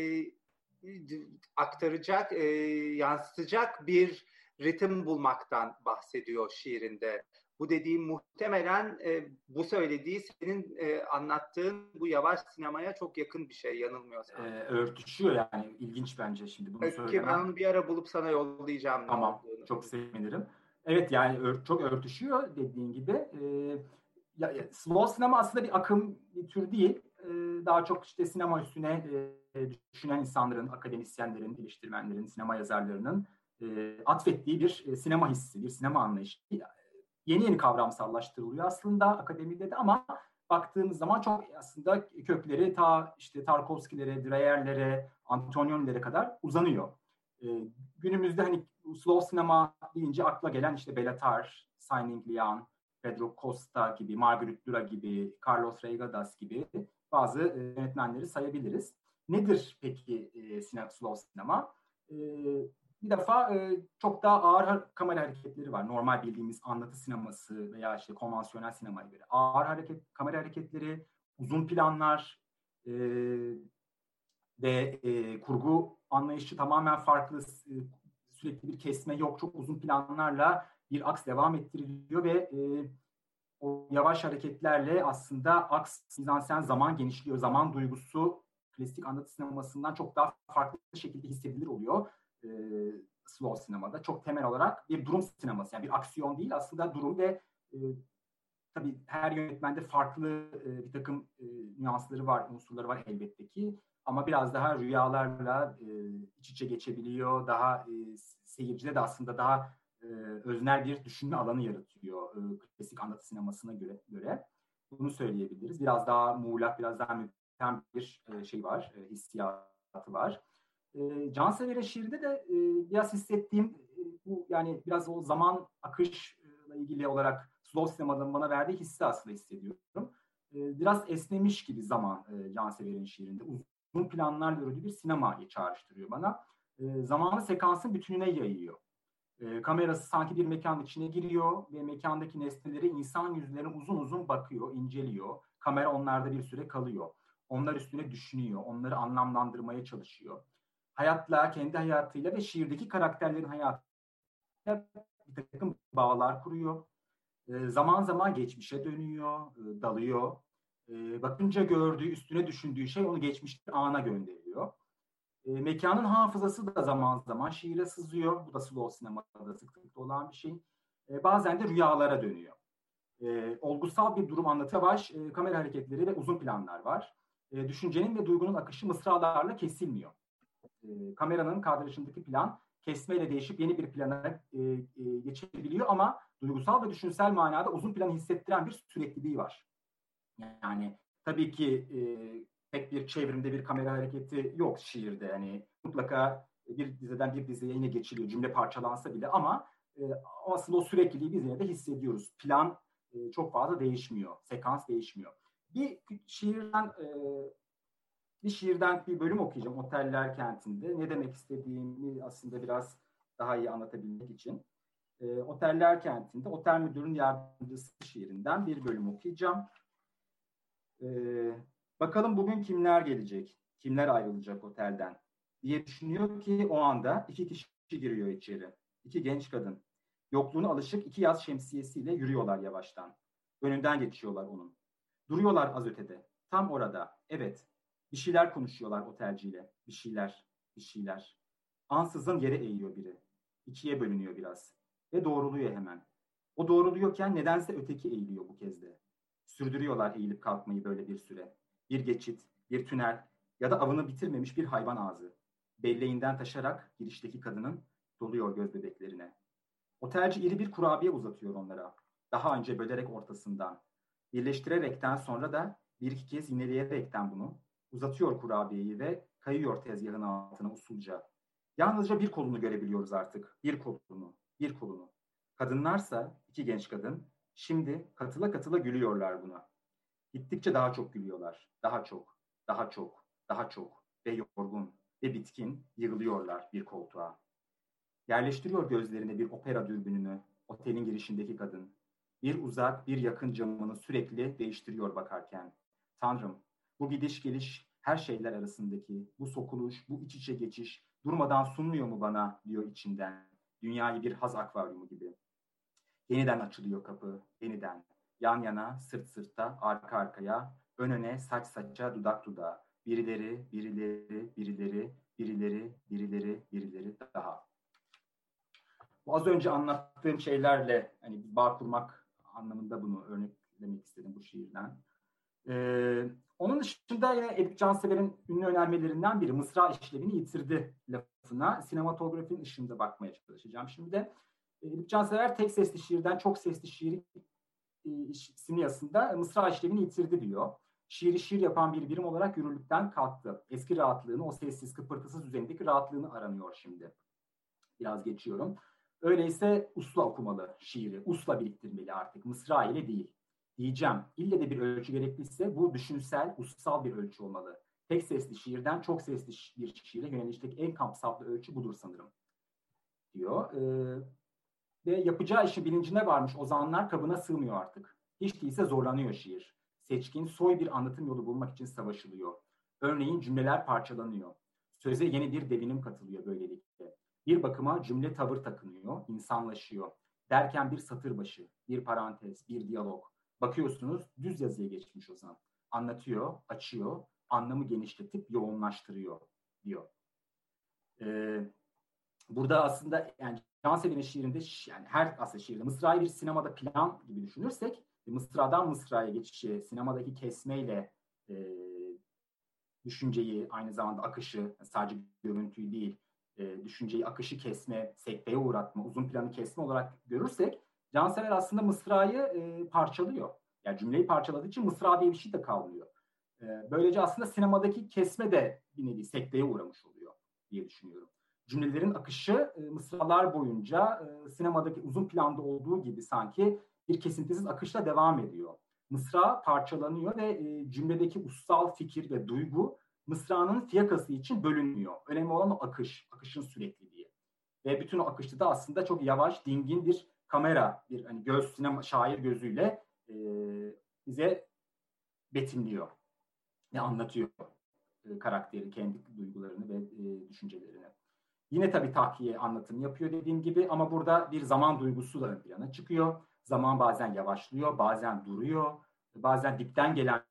aktaracak, e, yansıtacak bir ritim bulmaktan bahsediyor şiirinde. Bu dediğim muhtemelen e, bu söylediği senin e, anlattığın bu yavaş sinemaya çok yakın bir şey, yanılmıyorsam. E, örtüşüyor yani, ilginç bence şimdi bunu Peki, söylemem. ben onu bir ara bulup sana yollayacağım. Tamam, çok sevinirim. Evet, yani ör, çok örtüşüyor dediğin gibi. E, ya, ya, slow sinema aslında bir akım, bir tür değil. E, daha çok işte sinema üstüne e, düşünen insanların, akademisyenlerin, eleştirmenlerin, sinema yazarlarının e, atfettiği bir e, sinema hissi, bir sinema anlayışı. Yeni yeni kavramsallaştırılıyor aslında akademide de, ama baktığımız zaman çok aslında kökleri ta işte Tarkovski'lere, Dreyer'lere, Antonioni'lere kadar uzanıyor. Ee, günümüzde hani slow sinema deyince akla gelen işte Belatar, Signing Lian, Pedro Costa gibi, Marguerite Duras gibi, Carlos Reigadas gibi bazı e, yönetmenleri sayabiliriz. Nedir peki e, sinema, slow sinema? E, bir defa e, çok daha ağır kamera hareketleri var. Normal bildiğimiz anlatı sineması veya işte konvansiyonel sinemaya göre. Ağır hareket, kamera hareketleri, uzun planlar e, ve e, kurgu anlayışı tamamen farklı. E, sürekli bir kesme yok. Çok uzun planlarla bir aks devam ettiriliyor ve e, o yavaş hareketlerle aslında aks, mizansen, zaman genişliyor. Zaman duygusu klasik anlatı sinemasından çok daha farklı şekilde hissedilir oluyor. E, slow sinemada çok temel olarak bir durum sineması, yani bir aksiyon değil aslında durum ve e, tabii her yönetmende farklı e, bir takım e, nüansları var, unsurları var elbette ki, ama biraz daha rüyalarla e, iç içe geçebiliyor. Daha e, seyircide de aslında daha e, öznel bir düşünme alanı yaratıyor e, klasik anlatı sinemasına göre, göre. Bunu söyleyebiliriz. Biraz daha muğlak, biraz daha müptem bir e, şey var, e, hissiyatı var. E, Cansever'in şiirde de e, biraz hissettiğim e, bu, yani biraz o zaman akışla ilgili olarak slow sinemadan bana verdiği hissi aslında hissediyorum. E, biraz esnemiş gibi zaman e, Cansever'in şiirinde. Uzun planlarla örülü bir sinemayı çağrıştırıyor bana. E, zamanı sekansın bütününe yayıyor. E, kamerası sanki bir mekanın içine giriyor ve mekandaki nesneleri, insan yüzlerine uzun uzun bakıyor, inceliyor. Kamera onlarda bir süre kalıyor. Onlar üstüne düşünüyor, onları anlamlandırmaya çalışıyor. Hayatla, kendi hayatıyla ve şiirdeki karakterlerin hayatıyla bir takım bağlar kuruyor. E, zaman zaman geçmişe dönüyor, e, dalıyor. E, bakınca gördüğü, üstüne düşündüğü şey onu geçmiş bir ana gönderiyor. E, mekanın hafızası da zaman zaman şiire sızıyor. Bu da slow sinemada sıklıkla olan bir şey. E, bazen de rüyalara dönüyor. E, olgusal bir durum anlatıyor. Yavaş e, kamera hareketleri ve uzun planlar var. E, düşüncenin ve duygunun akışı mısralarla kesilmiyor. E, kameranın kadrajındaki plan kesmeyle değişip yeni bir plana e, e, geçebiliyor, ama duygusal ve düşünsel manada uzun planı hissettiren bir sürekliliği var. Yani tabii ki e, tek bir çevrimde bir kamera hareketi yok şiirde. Yani mutlaka bir diziden bir diziye yine geçiliyor. Cümle parçalansa bile, ama e, aslında o sürekliliği biz yine de hissediyoruz. Plan e, çok fazla değişmiyor. Sekans değişmiyor. Bir şiirden e, bir şiirden bir bölüm okuyacağım. Oteller Kenti'nde. Ne demek istediğimi aslında biraz daha iyi anlatabilmek için. E, Oteller Kenti'nde otel müdürünün yardımcısı şiirinden bir bölüm okuyacağım. Ee, bakalım bugün kimler gelecek, kimler ayrılacak otelden diye düşünüyor ki o anda iki kişi giriyor içeri. İki genç kadın. Yokluğuna alışık iki yaz şemsiyesiyle yürüyorlar yavaştan. Önünden geçiyorlar onun. Duruyorlar az ötede. Tam orada. Evet. Bir şeyler konuşuyorlar otelciyle. Bir şeyler, bir şeyler. Ansızın yere eğiyor biri. İkiye bölünüyor biraz. Ve doğruluyor hemen. O doğruluyorken nedense öteki eğiliyor bu kez de. Sürdürüyorlar eğilip kalkmayı böyle bir süre. Bir geçit, bir tünel ya da avını bitirmemiş bir hayvan ağzı. Belleğinden taşarak girişteki kadının doluyor göz bebeklerine. Otelci iri bir kurabiye uzatıyor onlara. Daha önce bölerek ortasından. Birleştirerekten sonra da bir iki kez yineleyerekten bunu uzatıyor kurabiyeyi ve kayıyor tezgahın altına usulca. Yalnızca bir kolunu görebiliyoruz artık. Bir kolunu, bir kolunu. Kadınlarsa, iki genç kadın, şimdi katıla katıla gülüyorlar buna. Gittikçe daha çok gülüyorlar. Daha çok, daha çok, daha çok ve yorgun ve bitkin yığılıyorlar bir koltuğa. Yerleştiriyor gözlerine bir opera dürbününü otelin girişindeki kadın. Bir uzak, bir yakın camını sürekli değiştiriyor bakarken. Tanrım, bu gidiş geliş her şeyler arasındaki, bu sokuluş, bu iç içe geçiş durmadan sunmuyor mu bana diyor içinden. Dünyayı bir haz akvaryumu gibi. Yeniden açılıyor kapı, yeniden. Yan yana, sırt sırta, arka arkaya, ön öne, saç saça, dudak dudağa. Birileri, birileri, birileri, birileri, birileri, birileri daha. Bu az önce anlattığım şeylerle hani bağ kurmak anlamında bunu örneklemek istedim bu şiirden. Ee, onun dışında yine Edip Cansever'in ünlü önermelerinden biri Mısra işlevini yitirdi lafına sinematografinin ışığında bakmaya çalışacağım. Şimdi de Edip Cansever tek sesli şiirden çok sesli şiir isimli yazısında Mısra işlevini yitirdi diyor. Şiiri şiir yapan bir birim olarak yürürlükten kalktı. Eski rahatlığını, o sessiz, kıpırtısız düzenindeki rahatlığını aranıyor şimdi. Biraz geçiyorum. Öyleyse usla okumalı şiiri. Usla biriktirmeli artık. Mısra ile değil. Diyeceğim. İlle de bir ölçü gerekliyse bu düşünsel, ussal bir ölçü olmalı. Tek sesli şiirden çok sesli bir şiire yönelişteki en kapsamlı ölçü budur sanırım. Diyor. Ee, ve yapacağı işin bilincine varmış ozanlar kabına sığmıyor artık. Hiç değilse zorlanıyor şiir. Seçkin, soy bir anlatım yolu bulmak için savaşılıyor. Örneğin cümleler parçalanıyor. Söze yeni bir devinim katılıyor böylelikle. Bir bakıma cümle tavır takınıyor, insanlaşıyor. Derken bir satır başı, bir parantez, bir diyalog. Bakıyorsunuz düz yazıya geçmiş Ozan. Anlatıyor, açıyor, anlamı genişletip yoğunlaştırıyor diyor. Ee, burada aslında yani Cansever'in şiirinde yani her aslında şiirde Mısra'yı bir sinemada plan gibi düşünürsek Mısra'dan Mısra'ya geçişi, sinemadaki kesmeyle e, düşünceyi aynı zamanda akışı sadece görüntüyü değil e, düşünceyi akışı kesme, sekteye uğratma, uzun planı kesme olarak görürsek Cansever aslında Mısra'yı e, parçalıyor. Yani cümleyi parçaladığı için Mısra diye bir şey de kalmıyor. E, böylece aslında sinemadaki kesme de bir nevi sekteye uğramış oluyor diye düşünüyorum. Cümlelerin akışı e, mısralar boyunca e, sinemadaki uzun planda olduğu gibi sanki bir kesintisiz akışla devam ediyor. Mısra parçalanıyor ve e, cümledeki ussal fikir ve duygu mısranın fiyakası için bölünmüyor. Önemli olan o akış, akışın sürekliliği. Ve bütün o akışta da aslında çok yavaş, dingin bir kamera, bir hani göz, sinema, şair gözüyle e, bize betimliyor ve anlatıyor e, karakteri, kendi duygularını ve e, düşüncelerini. Yine tabii tahkiye anlatım yapıyor dediğim gibi ama burada bir zaman duygusu da ön plana çıkıyor. Zaman bazen yavaşlıyor, bazen duruyor, bazen dipten gelen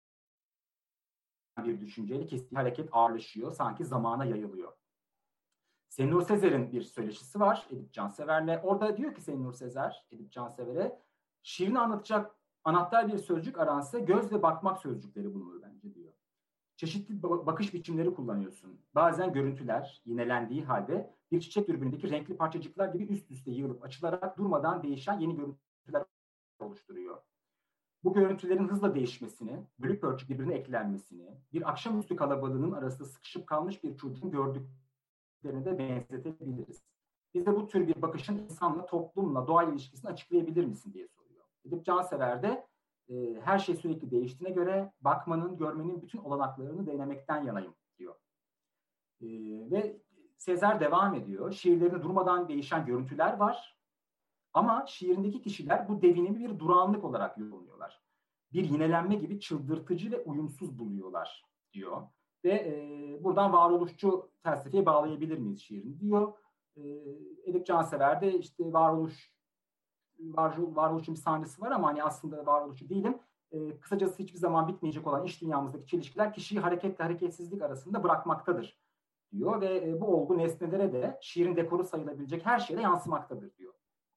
bir düşünceyle keskin hareket ağırlaşıyor, sanki zamana yayılıyor. Senur Sezer'in bir söyleşisi var Edip Cansever'le. Orada diyor ki Senur Sezer, Edip Cansever'e şiirini anlatacak anahtar bir sözcük aransa göz ve bakmak sözcükleri bulunur bence diyor. Çeşitli bakış biçimleri kullanıyorsun. Bazen görüntüler yinelendiği halde bir çiçek dürbünündeki renkli parçacıklar gibi üst üste yığılıp açılarak durmadan değişen yeni görüntüler oluşturuyor. Bu görüntülerin hızla değişmesini, bölük pörçük birbirine eklenmesini, bir akşamüstü kalabalığının arasında sıkışıp kalmış bir çocuğun gördüklerine de benzetebiliriz. Bize bu tür bir bakışın insanla, toplumla, doğa ilişkisini açıklayabilir misin diye soruyor. Edip Cansever de e, her şey sürekli değiştiğine göre bakmanın, görmenin bütün olanaklarını denemekten yanayım diyor. E, ve Sezer devam ediyor. Şiirlerinde durmadan değişen görüntüler var. Ama şiirindeki kişiler bu devinimi bir durağanlık olarak yorumluyorlar. Bir yinelenme gibi çıldırtıcı ve uyumsuz buluyorlar diyor. Ve e, buradan varoluşçu felsefeye bağlayabilir miyiz şiirini diyor. E, Edip Cansever de işte varoluş var, varoluşun bir sahnesi var ama hani aslında varoluşçu değilim. E, kısacası hiçbir zaman bitmeyecek olan iş dünyamızdaki çelişkiler kişiyi hareketle hareketsizlik arasında bırakmaktadır diyor ve e, bu olgu nesnelere de şiirin dekoru sayılabilecek her şeye yansımaktadır diyor.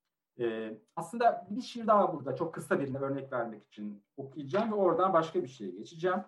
E, aslında bir şiir daha burada çok kısa birine örnek vermek için okuyacağım ve oradan başka bir şeye geçeceğim.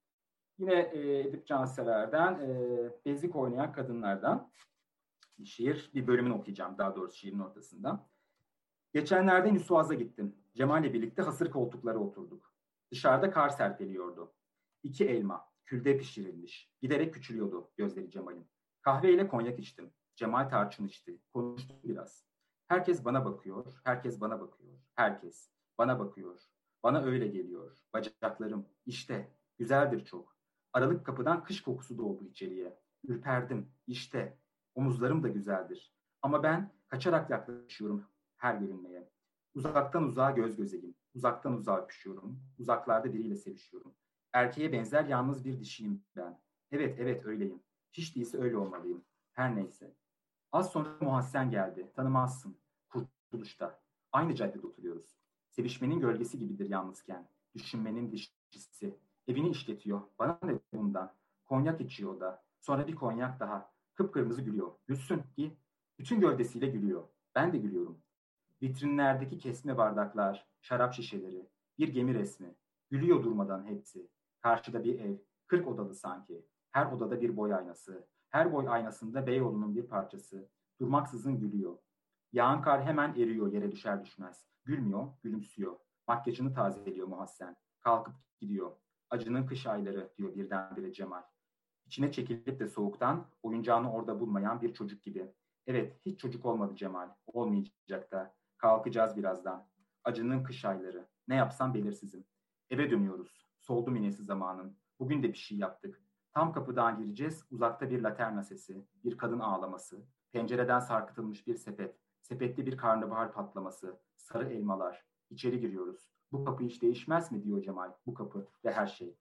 Yine e, Edip Cansever'den e, Bezik Oynayan Kadınlardan bir şiir, bir bölümünü okuyacağım daha doğrusu şiirin ortasında. Geçenlerde Nüsuaz'a gittim. Cemal'le birlikte hasır koltuklara oturduk. Dışarıda kar serpeliyordu. İki elma, külde pişirilmiş. Giderek küçülüyordu gözleri Cemal'in. Kahveyle konyak içtim. Cemal tarçın içti. Konuştu biraz. Herkes bana bakıyor, herkes bana bakıyor. Herkes bana bakıyor. Bana öyle geliyor. Bacaklarım, işte, güzeldir çok. Aralık kapıdan kış kokusu doldu içeriye. Ürperdim, işte. Omuzlarım da güzeldir. Ama ben kaçarak yaklaşıyorum her görünmeye. Uzaktan uzağa göz gözeyim. Uzaktan uzağa öpüşüyorum. Uzaklarda biriyle sevişiyorum. Erkeğe benzer yalnız bir dişiyim ben. Evet, evet öyleyim. Hiç değilse öyle olmalıyım. Her neyse. Az sonra Muhassen geldi. Tanımazsın. Kurtuluşta. Aynı caddede oturuyoruz. Sevişmenin gölgesi gibidir yalnızken. Düşünmenin dişisi. Evini işletiyor. Bana ne bundan? Konyak içiyor da. Sonra bir konyak daha. Kıpkırmızı gülüyor. Gülsün ki. Bütün gövdesiyle gülüyor. Ben de gülüyorum. Vitrinlerdeki kesme bardaklar, şarap şişeleri, bir gemi resmi. Gülüyor durmadan hepsi. Karşıda bir ev, kırk odalı sanki. Her odada bir boy aynası. Her boy aynasında Beyoğlu'nun bir parçası. Durmaksızın gülüyor. Yağan kar hemen eriyor yere düşer düşmez. Gülmüyor, gülümsüyor. Makyajını tazeliyor Muhassen. Kalkıp gidiyor. Acının kış ayları diyor birdenbire Cemal. İçine çekilip de soğuktan oyuncağını orada bulmayan bir çocuk gibi. Evet, hiç çocuk olmadı Cemal. Olmayacak da. Kalkacağız birazdan. Acının kış ayları. Ne yapsam belirsizim. Eve dönüyoruz. Soldu minesi zamanın. Bugün de bir şey yaptık. Tam kapıdan gireceğiz. Uzakta bir laterna sesi. Bir kadın ağlaması. Pencereden sarkıtılmış bir sepet. Sepette bir karnabahar patlaması. Sarı elmalar. İçeri giriyoruz. Bu kapı hiç değişmez mi diyor Cemal. Bu kapı ve her şey.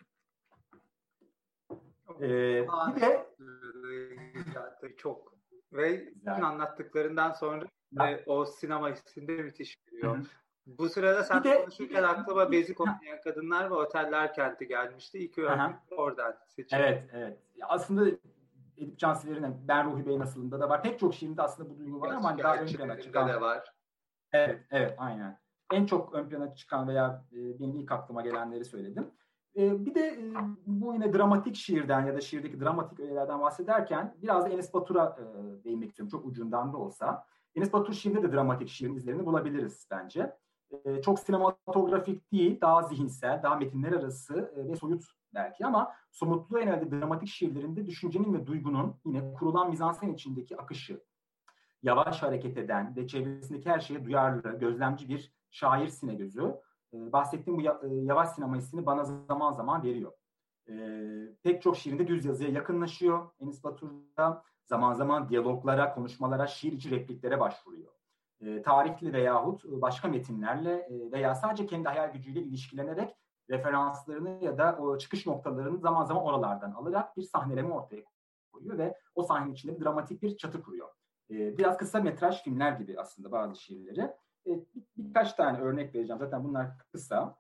Ee, bir de çok ve bütün anlattıklarından sonra e, o sinema hissinde müthiş geliyor. Bu sırada sen de, konuşurken aklıma Bezik Oynayan Kadınlar ve Oteller Kenti gelmişti. İlk örnek oradan seçildi. Evet, evet. Aslında Edip Cansever'in Ben Ruhi Bey Nasıl'ında da var. Pek çok şiirinde aslında bu duygu var ama hani daha ön plana çıkan. De var. Evet, evet, aynen. En çok ön plana çıkan veya e, benim ilk aklıma gelenleri söyledim. E, bir de e, bu yine dramatik şiirden ya da şiirdeki dramatik öğelerden bahsederken biraz da Enis Batur'a e, değinmek istiyorum. Çok ucundan da olsa. Enis Batur şiirinde de dramatik şiirin izlerini bulabiliriz bence. E, çok sinematografik değil, daha zihinsel, daha metinler arası e, ve soyut belki ama somutluğu genelde dramatik şiirlerinde düşüncenin ve duygunun yine kurulan mizansen içindeki akışı, yavaş hareket eden ve çevresindeki her şeye duyarlı, gözlemci bir şair sinegözü. E, bahsettiğim bu ya, e, yavaş sinema hissini bana zaman zaman veriyor. E, pek çok şiirinde düz yazıya yakınlaşıyor. Enis Batur'da zaman zaman diyaloglara, konuşmalara, şiir içi repliklere başvuruyor. E, tarihli veyahut başka metinlerle e, veya sadece kendi hayal gücüyle ilişkilenerek referanslarını ya da o çıkış noktalarını zaman zaman oralardan alarak bir sahneleme ortaya koyuyor ve o sahnenin içinde bir dramatik bir çatı kuruyor. Biraz kısa metraj filmler gibi aslında bazı şiirleri. Bir, birkaç tane örnek vereceğim. Zaten bunlar kısa.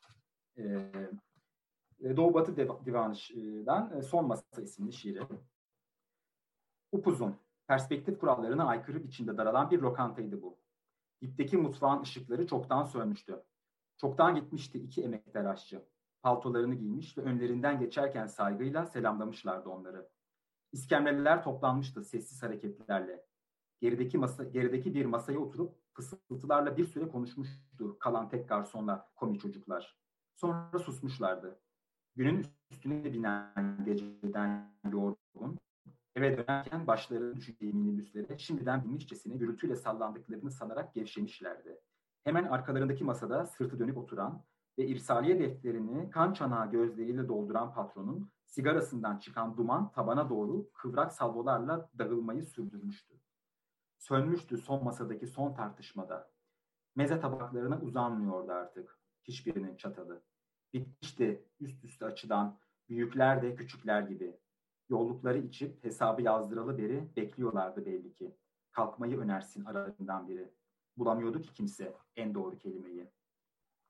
Doğu Batı Divanı'dan Son Masa isimli şiiri. Upuzun, perspektif kurallarına aykırı biçimde daralan bir lokantaydı bu. Dipteki mutfağın ışıkları çoktan sönmüştü. Çoktan gitmişti iki emektar aşçı. Paltolarını giymiş ve önlerinden geçerken saygıyla selamlamışlardı onları. İskemleler toplanmıştı sessiz hareketlerle. Gerideki masa, gerideki bir masaya oturup fısıltılarla bir süre konuşmuştu kalan tek garsonla komi çocuklar. Sonra susmuşlardı. Günün üstüne binen geceden yorgun, eve dönerken başlarını düşeceği minibüslere şimdiden binmişçesine gürültüyle sallandıklarını sanarak gevşemişlerdi. Hemen arkalarındaki masada sırtı dönüp oturan ve irsaliye defterini kan çanağı gözleriyle dolduran patronun sigarasından çıkan duman tabana doğru kıvrak salvolarla dağılmayı sürdürmüştü. Sönmüştü son masadaki son tartışmada. Meze tabaklarına uzanmıyordu artık hiçbirinin çatalı. Bitmişti üst üste açıdan büyükler de küçükler gibi. Yollukları içip hesabı yazdıralı beri bekliyorlardı belli ki. Kalkmayı önersin aralarından biri. Bulamıyordu ki kimse en doğru kelimeyi.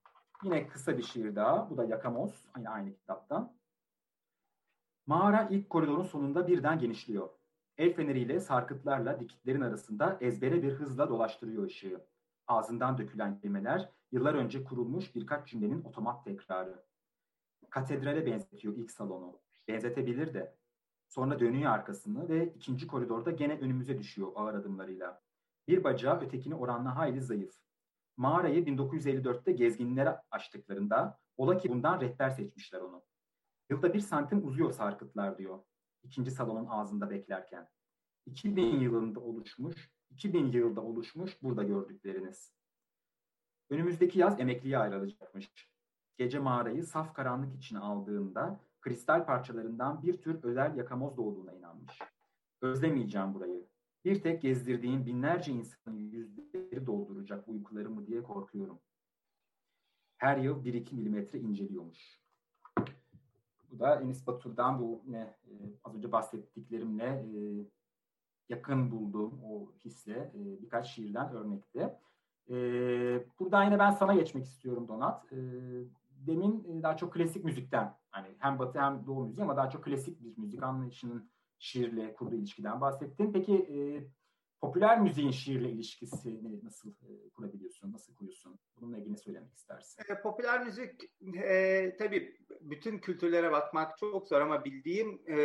Yine kısa bir şiir daha. Bu da Yakamoz. Yine aynı kitaptan. Mağara ilk koridorun sonunda birden genişliyor. El feneriyle sarkıtlarla dikitlerin arasında ezbere bir hızla dolaştırıyor ışığı. Ağzından dökülen kelimeler yıllar önce kurulmuş birkaç cümlenin otomat tekrarı. Katedrale benzetiyor ilk salonu. Benzetebilir de. Sonra dönüyor arkasını ve ikinci koridorda gene önümüze düşüyor ağır adımlarıyla. Bir bacağı ötekine oranla hayli zayıf. Mağarayı bin dokuz yüz elli dörtte gezginlere açtıklarında ola ki bundan rehber seçmişler onu. Yılda bir santim uzuyor sarkıtlar diyor. İkinci salonun ağzında beklerken. iki bin yılında oluşmuş, iki bin yılda oluşmuş burada gördükleriniz. Önümüzdeki yaz emekliye ayrılacakmış. Gece mağarayı saf karanlık içine aldığında kristal parçalarından bir tür özel yakamoz doğduğuna inanmış. Özlemeyeceğim burayı. Bir tek gezdirdiğim binlerce insanın yüzleri dolduracak uykularımı diye korkuyorum. Her yıl bir iki milimetre inceliyormuş. Bu da Enis Batur'dan bu ne e, az önce bahsettiklerimle e, yakın bulduğum o hisle e, birkaç şiirden örnekti. E, buradan yine ben sana geçmek istiyorum Donat. E, demin e, daha çok klasik müzikten, hani hem Batı hem Doğu müziği ama daha çok klasik bir müzik anlayışının şiirle kurduğu ilişkiden bahsettin. Peki e, popüler müziğin şiirle ilişkisini nasıl e, kurabiliyorsun, nasıl kuruyorsun? Bununla ilgili söylemek istersin. E, popüler müzik e, tabii bütün kültürlere bakmak çok zor ama bildiğim e,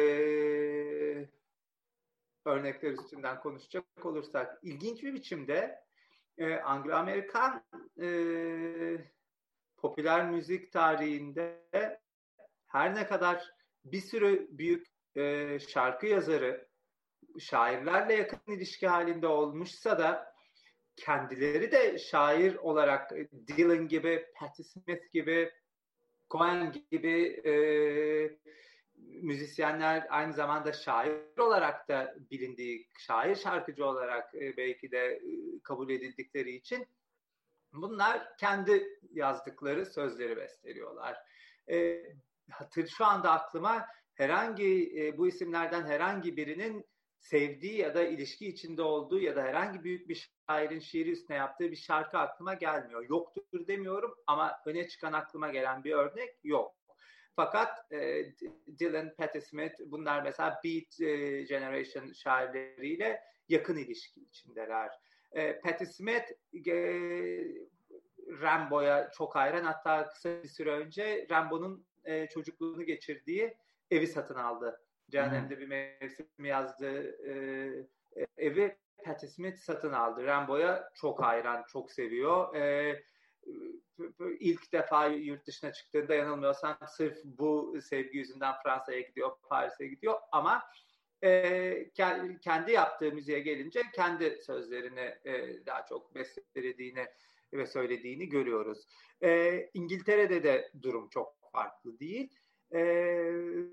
örnekler üstünden konuşacak olursak ilginç bir biçimde e, Anglo-Amerikan e, popüler müzik tarihinde her ne kadar bir sürü büyük e, şarkı yazarı, şairlerle yakın ilişki halinde olmuşsa da kendileri de şair olarak Dylan gibi, Patti Smith gibi, Cohen gibi e, müzisyenler aynı zamanda şair olarak da bilindiği, şair şarkıcı olarak e, belki de e, kabul edildikleri için bunlar kendi yazdıkları sözleri besteliyorlar. E, hatır şu anda aklıma herhangi e, bu isimlerden herhangi birinin sevdiği ya da ilişki içinde olduğu ya da herhangi büyük bir şairin şiiri üstüne yaptığı bir şarkı aklıma gelmiyor. Yoktur demiyorum ama öne çıkan aklıma gelen bir örnek yok. Fakat e, Dylan, Patti Smith bunlar mesela Beat e, Generation şairleriyle yakın ilişki içindeler. E, Patti Smith e, Rimbaud'a çok hayran, hatta kısa bir süre önce Rimbaud'un e, çocukluğunu geçirdiği evi satın aldı. Cehennem'de hmm. bir mevsim yazdığı e, evi Patti Smith satın aldı. Rimbaud'a çok hayran, çok seviyor. E, ilk defa yurt dışına çıktığında yanılmıyorsam sırf bu sevgi yüzünden Fransa'ya gidiyor, Paris'e gidiyor ama e, kendi yaptığı müziğe gelince kendi sözlerini e, daha çok bestelediğini ve söylediğini görüyoruz. E, İngiltere'de de durum çok farklı değil. E,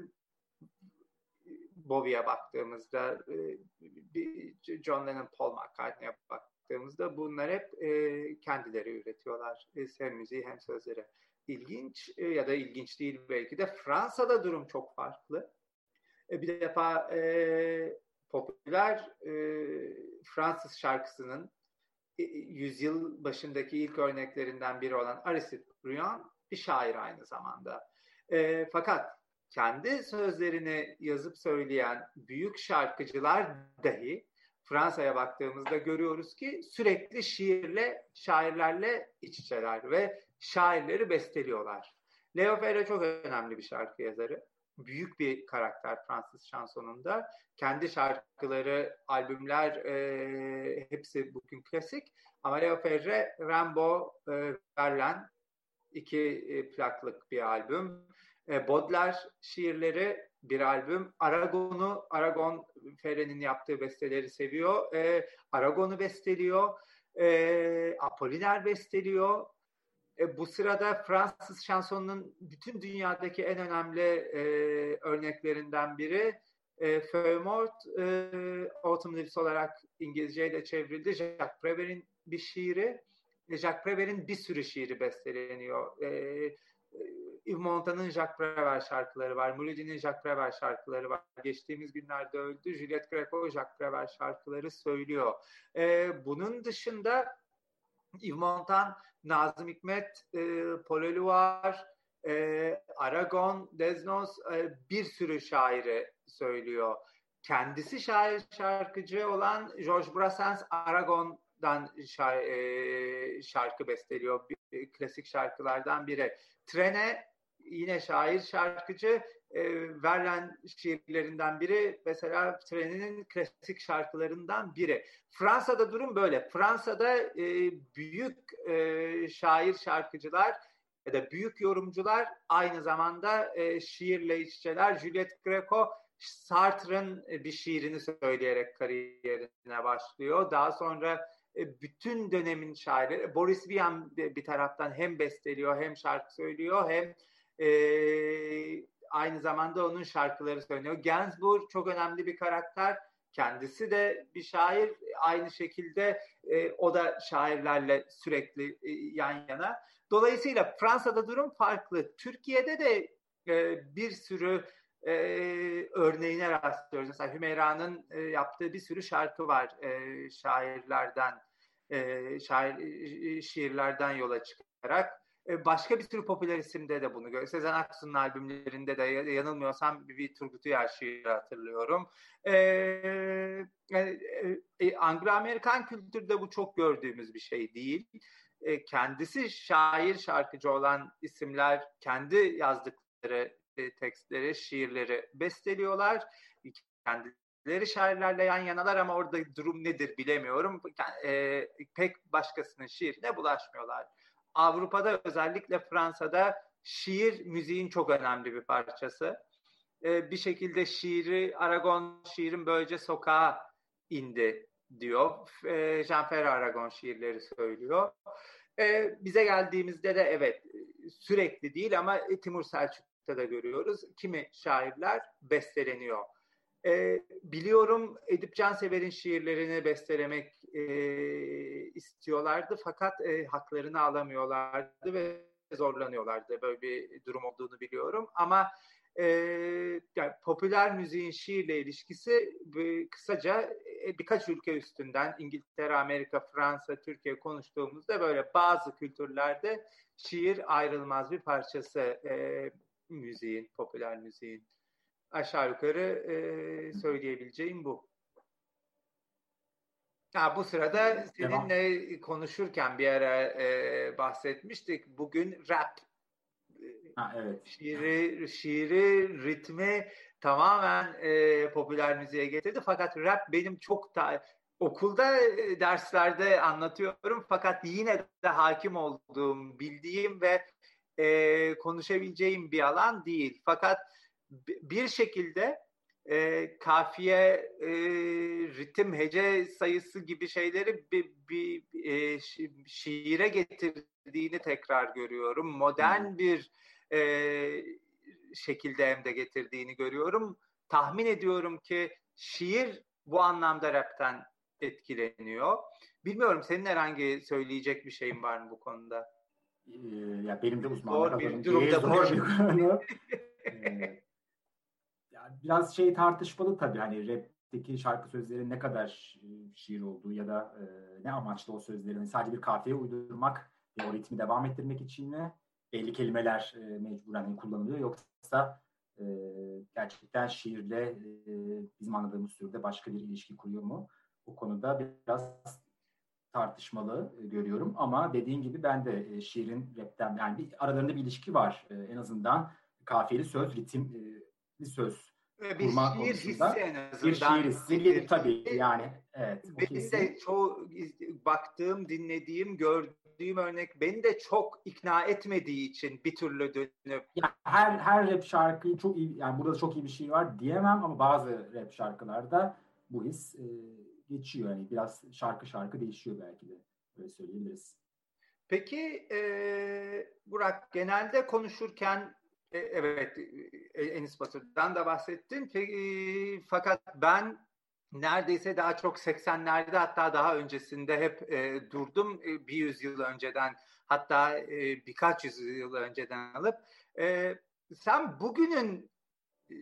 Bowie'ye baktığımızda, e, John Lennon, Paul McCartney'e baktığımızda bunlar hep e, kendileri üretiyorlar. E, hem müziği hem sözleri. İlginç e, ya da ilginç değil belki de Fransa'da durum çok farklı. E, bir defa e, popüler e, Fransız şarkısının e, yüzyıl başındaki ilk örneklerinden biri olan Aristide Briand bir şair aynı zamanda. E, fakat kendi sözlerini yazıp söyleyen büyük şarkıcılar dahi Fransa'ya baktığımızda görüyoruz ki sürekli şiirle, şairlerle iç içeler ve şairleri besteliyorlar. Léo Ferré çok önemli bir şarkı yazarı. Büyük bir karakter Fransız şansonunda. Kendi şarkıları, albümler e, hepsi bugün klasik. Ama Léo Ferré, Rimbaud, e, Verlaine iki e, plaklık bir albüm. E, Baudelaire şiirleri bir albüm. Aragon'u, Aragon Ferré'nin yaptığı besteleri seviyor. E, Aragon'u besteliyor. E, Apollinaire besteliyor. E, bu sırada Fransız şansonunun bütün dünyadaki en önemli e, örneklerinden biri e, Feuille Morte, e, Autumn Leaves olarak İngilizce'ye de çevrildi. Jacques Prévert'in bir şiiri. E, Jacques Prévert'in bir sürü şiiri besteleniyor. E, e, Yves Montan'ın Jacques Prévert şarkıları var. Mouloudji'nin Jacques Prévert şarkıları var. Geçtiğimiz günlerde öldü. Juliette Gréco Jacques Prévert şarkıları söylüyor. E, bunun dışında Yves Montand, Nazım Hikmet, e, Paul Éluard, e, Aragon, Desnos e, bir sürü şairi söylüyor. Kendisi şair şarkıcı olan Georges Brassens Aragon'dan şarkı, e, şarkı besteliyor. Bir, klasik şarkılardan biri. Trene yine şair şarkıcı. E, Verlaine şiirlerinden biri. Mesela Trene'nin klasik şarkılarından biri. Fransa'da durum böyle. Fransa'da e, büyük e, şair şarkıcılar ya da büyük yorumcular aynı zamanda e, şiirle iç içeler. Juliette Greco Sartre'ın bir şiirini söyleyerek kariyerine başlıyor. Daha sonra e, bütün dönemin şairi Boris Vian bir taraftan hem besteliyor hem şarkı söylüyor hem e, aynı zamanda onun şarkıları söylüyor. Gainsbourg çok önemli bir karakter. Kendisi de bir şair. Aynı şekilde e, o da şairlerle sürekli e, yan yana. Dolayısıyla Fransa'da durum farklı. Türkiye'de de e, bir sürü e, örneğine rastlıyoruz. Mesela Hümeyra'nın e, yaptığı bir sürü şarkı var e, şairlerden, e, şair e, şiirlerden yola çıkarak. Başka bir sürü popüler isimde de bunu görüyoruz. Sezen Aksu'nun albümlerinde de yanılmıyorsam bir Turgut Uyar şiiri hatırlıyorum. Ee, e, Anglo-Amerikan kültürde bu çok gördüğümüz bir şey değil. E, kendisi şair şarkıcı olan isimler kendi yazdıkları e, tekstleri, şiirleri besteliyorlar. Kendileri şairlerle yan yanalar ama orada durum nedir bilemiyorum. E, pek başkasının şiirine bulaşmıyorlar. Avrupa'da özellikle Fransa'da şiir müziğin çok önemli bir parçası. Ee, bir şekilde şiiri, Aragon şiirin böylece sokağa indi diyor. Ee, Jean-Pierre Aragon şiirleri söylüyor. Ee, bize geldiğimizde de evet sürekli değil ama Timur Selçuk'ta da görüyoruz. Kimi şairler besteleniyor. E, biliyorum Edip Cansever'in şiirlerini bestelemek e, istiyorlardı fakat e, haklarını alamıyorlardı ve zorlanıyorlardı. Böyle bir durum olduğunu biliyorum ama e, yani popüler müziğin şiirle ilişkisi e, kısaca e, birkaç ülke üstünden İngiltere, Amerika, Fransa, Türkiye konuştuğumuzda böyle bazı kültürlerde şiir ayrılmaz bir parçası e, müziğin, popüler müziğin. Aşağı yukarı e, söyleyebileceğim bu. Ha, bu sırada seninle Devam. konuşurken bir ara e, bahsetmiştik. Bugün rap ha, evet. şiiri, şiiri, ritmi tamamen e, popüler müziğe getirdi. Fakat rap benim çok da okulda e, derslerde anlatıyorum. Fakat yine de hakim olduğum, bildiğim ve e, konuşabileceğim bir alan değil. Fakat bir şekilde e, kafiye, e, ritim, hece sayısı gibi şeyleri bir, bir e, şi, şiire getirdiğini tekrar görüyorum. Modern hmm. bir e, şekilde hem de getirdiğini görüyorum. Tahmin ediyorum ki şiir bu anlamda rapten etkileniyor. Bilmiyorum senin herhangi söyleyecek bir şeyin var mı bu konuda? Ee, ya benim de uzmanlık zor alanım bir durumda zor bir konu. ee, yani biraz şey tartışmalı tabii hani rapteki şarkı sözleri ne kadar şiir olduğu ya da e, ne amaçlı o sözlerin sadece bir kafiye uydurmak ve o ritmi devam ettirmek için mi belli kelimeler e, mecburen kullanılıyor yoksa e, gerçekten şiirle e, bizim anladığımız türde başka bir ilişki kuruyor mu? Bu konuda biraz tartışmalı görüyorum ama dediğin gibi ben de şiirin rapten yani bir, aralarında bir ilişki var. En azından kafiyeli söz, ritimli söz bir kurma şiir konusunda. Hissi en azından. Bir şiir hissi tabii yani. Evet, benim de çoğu baktığım, dinlediğim, gördüğüm örnek beni de çok ikna etmediği için bir türlü dönüp. Yani her her rap şarkıyı çok iyi yani burada çok iyi bir şey var diyemem ama bazı rap şarkılarda bu his e, geçiyor yani biraz şarkı şarkı değişiyor belki de böyle söyleyebiliriz. Peki e, Burak genelde konuşurken e, evet e, Enis Batur'dan da bahsettin. Peki, e, fakat ben neredeyse daha çok seksenlerde hatta daha öncesinde hep e, durdum e, bir yüzyıl önceden hatta e, birkaç yüzyıl önceden alıp e, sen bugünün e,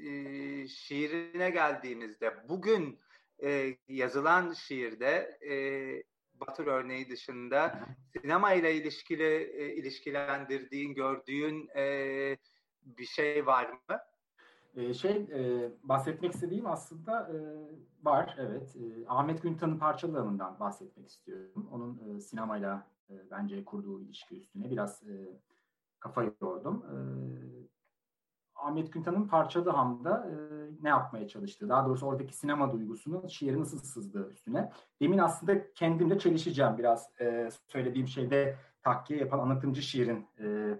şiirine geldiğimizde bugün e, yazılan şiirde e, Batur örneği dışında sinemayla ilişkili e, ilişkilendirdiğin, gördüğün e, bir şey var mı? Ee, şey e, bahsetmek istediğim aslında e, var, evet. E, Ahmet Güntan'ın Parçalı bahsetmek istiyorum. Onun e, sinemayla e, bence kurduğu ilişki üstüne biraz e, kafa yordum. E, Ahmet Güntan'ın Parçalı Ham'da e, ne yapmaya çalıştığı, daha doğrusu oradaki sinema duygusunun şiire nasıl sızdığı üstüne. Demin aslında kendimle çelişeceğim biraz e, söylediğim şeyde takkiye yapan anlatımcı şiirin e,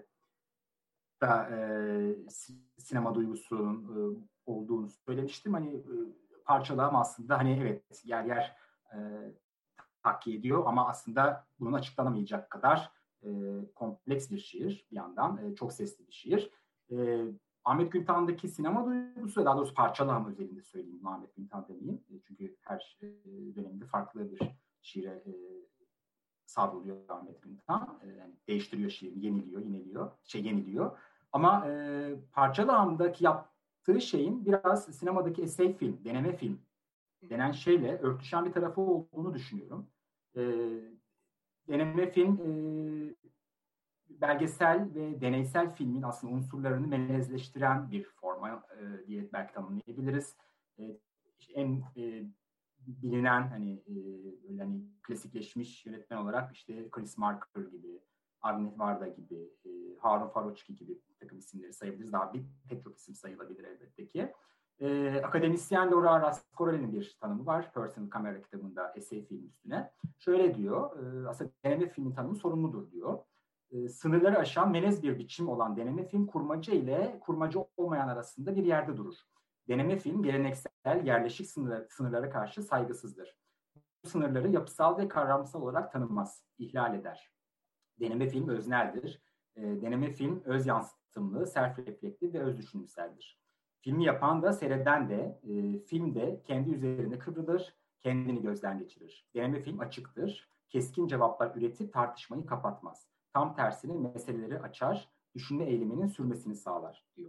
da e, sinema duygusunun e, olduğunu söylemiştim. Hani e, parçalam aslında hani evet yer yer e, takkiye ediyor ama aslında bunun açıklanamayacak kadar e, kompleks bir şiir bir yandan. E, çok sesli bir şiir. E, Ahmet Güntan'daki sinema duygusu, daha doğrusu Parçalı özelinde söyleyeyim, Ahmet Güntan demeyeyim. E, çünkü her e, dönemde farklı bir şiire e, savruluyor Ahmet Güntan. E, yani değiştiriyor şiirini, yeniliyor, yeniliyor, şey yeniliyor. Ama e, Parçalı Ham'daki yaptığı şeyin biraz sinemadaki essay film, deneme film denen şeyle örtüşen bir tarafı olduğunu düşünüyorum. E, deneme film e, belgesel ve deneysel filmin aslında unsurlarını melezleştiren bir forma e, diye belki tanımlayabiliriz. E, en e, bilinen hani e, böyle hani klasikleşmiş yönetmen olarak işte Chris Marker gibi, Agnes Varda gibi, e, Harun Farocki gibi bir takım isimleri sayabiliriz. Daha bir pek çok isim sayılabilir elbette ki. E, akademisyen Laura Rascorel'in bir tanımı var. Personal Camera kitabında essay film üstüne. Şöyle diyor, e, aslında deneme filmin tanımı sorumludur diyor. E, sınırları aşan melez bir biçim olan deneme film kurmaca ile kurmaca olmayan arasında bir yerde durur. Deneme film geleneksel yerleşik sınırlara, sınırlara karşı saygısızdır. Bu sınırları yapısal ve kavramsal olarak tanımaz, ihlal eder. Deneme film özneldir. E, deneme film öz yansıtımlı, self-reflektif ve öz düşünümseldir. Filmi yapan da seyreden de e, filmde kendi üzerine kıvrılır, kendini gözden geçirir. Deneme film açıktır, keskin cevaplar üretip tartışmayı kapatmaz. Tam tersine meseleleri açar, düşünme eyleminin sürmesini sağlar diyor.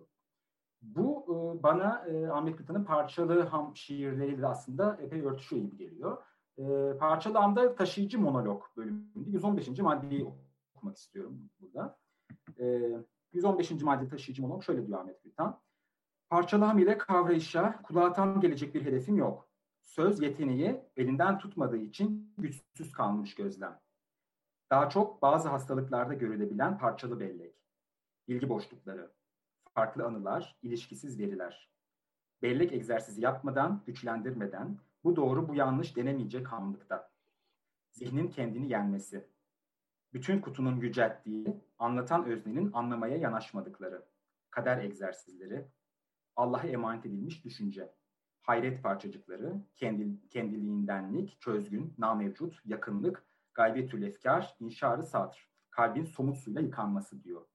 Bu e, bana e, Ahmet Kıtan'ın Parçalı Ham şiirleriyle aslında epey örtüşüyor gibi geliyor. E, Parçalı Ham'da taşıyıcı monolog bölümünde yüz on beşinci maddeyi okumak istiyorum burada. E, yüz on beşinci madde taşıyıcı monolog şöyle diyor Ahmet Kıtan. Parçalı Ham ile kavrayışa kulağa tam gelecek bir hedefim yok. Söz yeteneği elinden tutmadığı için güçsüz kalmış gözlem. Daha çok bazı hastalıklarda görülebilen parçalı bellek, bilgi boşlukları, farklı anılar, ilişkisiz veriler. Bellek egzersizi yapmadan, güçlendirmeden, bu doğru bu yanlış denemeyecek hamlıkta. Zihnin kendini yenmesi. Bütün kutunun yücelttiği, anlatan öznenin anlamaya yanaşmadıkları. Kader egzersizleri, Allah'a emanet edilmiş düşünce. Hayret parçacıkları, kendi, kendiliğindenlik, çözgün, namevcut, yakınlık, gaybetül efkar, inşarı satr. Kalbin somut suyla yıkanması diyor.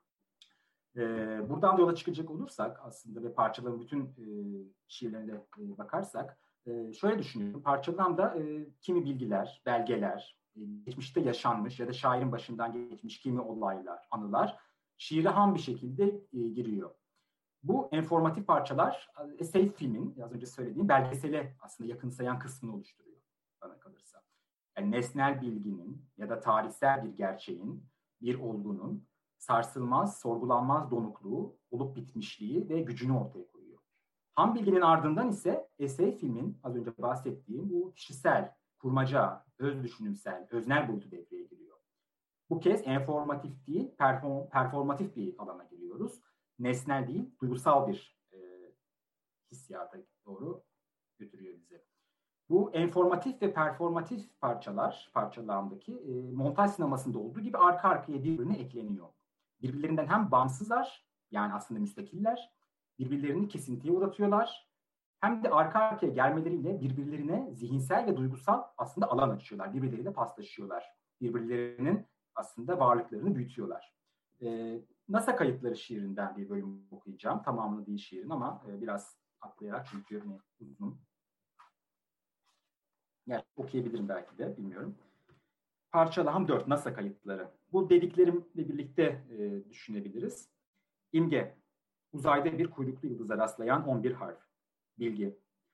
Ee, buradan da yola çıkacak olursak aslında ve parçaların bütün e, şiirlerine e, bakarsak e, şöyle düşünüyorum. Parçadan da e, kimi bilgiler, belgeler, e, geçmişte yaşanmış ya da şairin başından geçmiş kimi olaylar, anılar şiire ham bir şekilde e, giriyor. Bu enformatif parçalar essay filmin, az önce söylediğim belgesele aslında yakınsayan kısmını oluşturuyor bana kalırsa. Yani nesnel bilginin ya da tarihsel bir gerçeğin, bir olgunun sarsılmaz, sorgulanmaz donukluğu, olup bitmişliği ve gücünü ortaya koyuyor. Ham bilginin ardından ise essay filmin az önce bahsettiğim bu kişisel, kurmaca, öz düşünümsel, öznel boyutu devreye giriyor. Bu kez enformatif değil, perform, performatif bir alana giriyoruz. Nesnel değil, duygusal bir e, hissiyata doğru götürüyor bizi. Bu enformatif ve performatif parçalar, parçalarındaki e, montaj sinemasında olduğu gibi arka arkaya birbirine ekleniyor. Birbirlerinden hem bağımsızlar, yani aslında müstakiller, birbirlerini kesintiye uğratıyorlar, hem de arka arkaya gelmeleriyle birbirlerine zihinsel ve duygusal aslında alan açıyorlar. Birbirleriyle paslaşıyorlar. Birbirlerinin aslında varlıklarını büyütüyorlar. Ee, NASA kayıtları şiirinden bir bölüm okuyacağım. Tamamını değil şiirin ama e, biraz atlayarak çünkü hani, uzun. Yani okuyabilirim belki de, bilmiyorum. Parçalı Ham dört, NASA kayıtları. Bu dediklerimle birlikte e, düşünebiliriz. İmge, uzayda bir kuyruklu yıldıza rastlayan on bir harf. Bilgi,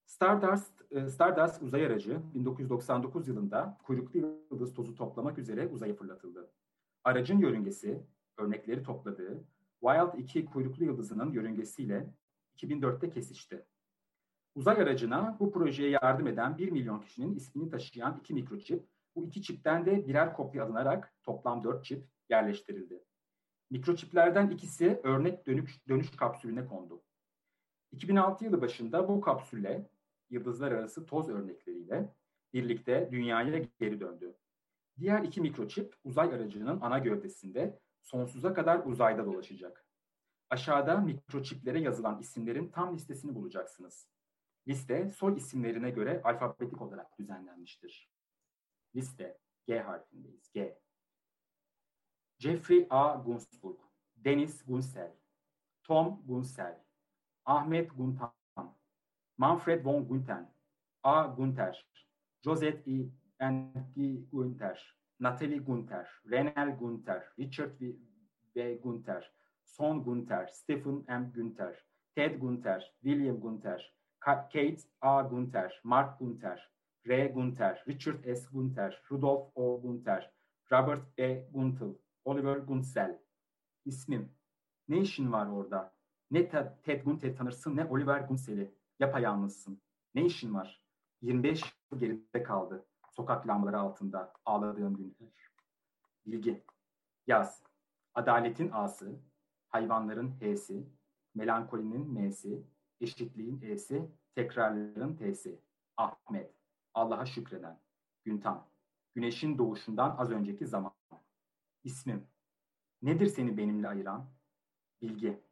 Stardust, Stardust uzay aracı bin dokuz yüz doksan dokuz yılında kuyruklu yıldız tozu toplamak üzere uzaya fırlatıldı. Aracın yörüngesi, örnekleri topladığı Wild iki kuyruklu yıldızının yörüngesiyle iki bin dörtte kesişti. Uzay aracına bu projeye yardım eden bir milyon kişinin ismini taşıyan iki mikroçip, bu iki çipten de birer kopya alınarak toplam dört çip yerleştirildi. Mikroçiplerden ikisi örnek dönüş, dönüş kapsülüne kondu. iki bin altı yılı başında bu kapsülle yıldızlar arası toz örnekleriyle birlikte dünyaya geri döndü. Diğer iki mikroçip uzay aracının ana gövdesinde sonsuza kadar uzayda dolaşacak. Aşağıda mikroçiplere yazılan isimlerin tam listesini bulacaksınız. Liste soy isimlerine göre alfabetik olarak düzenlenmiştir. Liste G harfindeyiz. G. Jeffrey A. Gunsburg, Dennis Gunsel, Tom Gunsel, Ahmet Guntan, Manfred von Gunten, A. Gunter, Joseph E. N. Gunter, Natalie Gunter, Renel Gunter, Richard V. Gunter, Son Gunter, Stephen M. Gunter, Ted Gunter, William Gunter, Kate A. Gunter, Mark Gunter, R. Gunter, Richard S. Gunter, Rudolf O. Gunter, Robert B. Guntel, Oliver Gunsel. İsmim. Ne işin var orada? Ne Ted Gunter tanırsın ne Oliver Gunsel'i. Yapayalnızsın. Ne işin var? yirmi beş yıl geride kaldı. Sokak lambaları altında ağladığım günler. Bilgi. Yaz. Adaletin A'sı, hayvanların H'si, melankolinin M'si, eşitliğin E'si, tekrarların T'si. Ahmet. Allah'a şükreden. Güntan. Güneşin doğuşundan az önceki zaman. İsmim. Nedir seni benimle ayıran? Bilgi.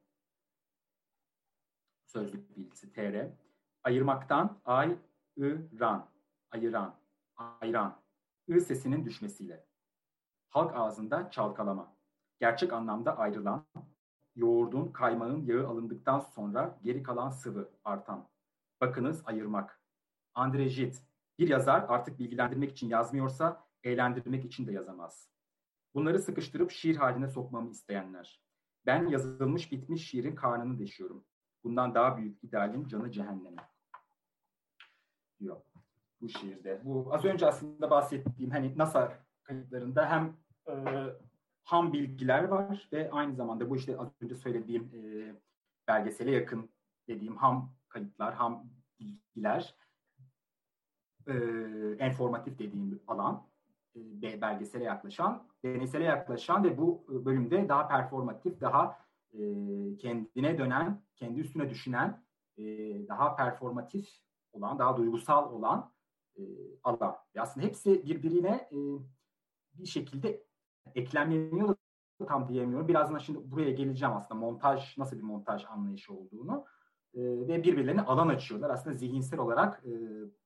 Sözlük bilgisi T R. Ayırmaktan ay, ı, ran. Ayıran. Ayran. I sesinin düşmesiyle. Halk ağzında çalkalama. Gerçek anlamda ayrılan, yoğurdun, kaymağın yağı alındıktan sonra geri kalan sıvı, artan. Bakınız ayırmak. André Gide. Bir yazar artık bilgilendirmek için yazmıyorsa eğlendirmek için de yazamaz. Bunları sıkıştırıp şiir haline sokmamı isteyenler. Ben yazılmış bitmiş şiirin karnını deşiyorum. Bundan daha büyük idealin canı cehenneme. Diyor bu şiirde. Bu az önce aslında bahsettiğim hani NASA kayıtlarında hem e, ham bilgiler var ve aynı zamanda bu işte az önce söylediğim e, belgesele yakın dediğim ham kayıtlar, ham bilgiler, e, enformatif dediğim alan, e, belgesele yaklaşan, deneysele yaklaşan ve bu bölümde daha performatif, daha e, kendine dönen, kendi üstüne düşünen, e, daha performatif olan, daha duygusal olan e, alan. Ve aslında hepsi birbirine e, bir şekilde eklemleniyor, tam diyemiyorum. Birazdan şimdi buraya geleceğim aslında montaj, nasıl bir montaj anlayışı olduğunu e, ve birbirlerine alan açıyorlar. Aslında zihinsel olarak e,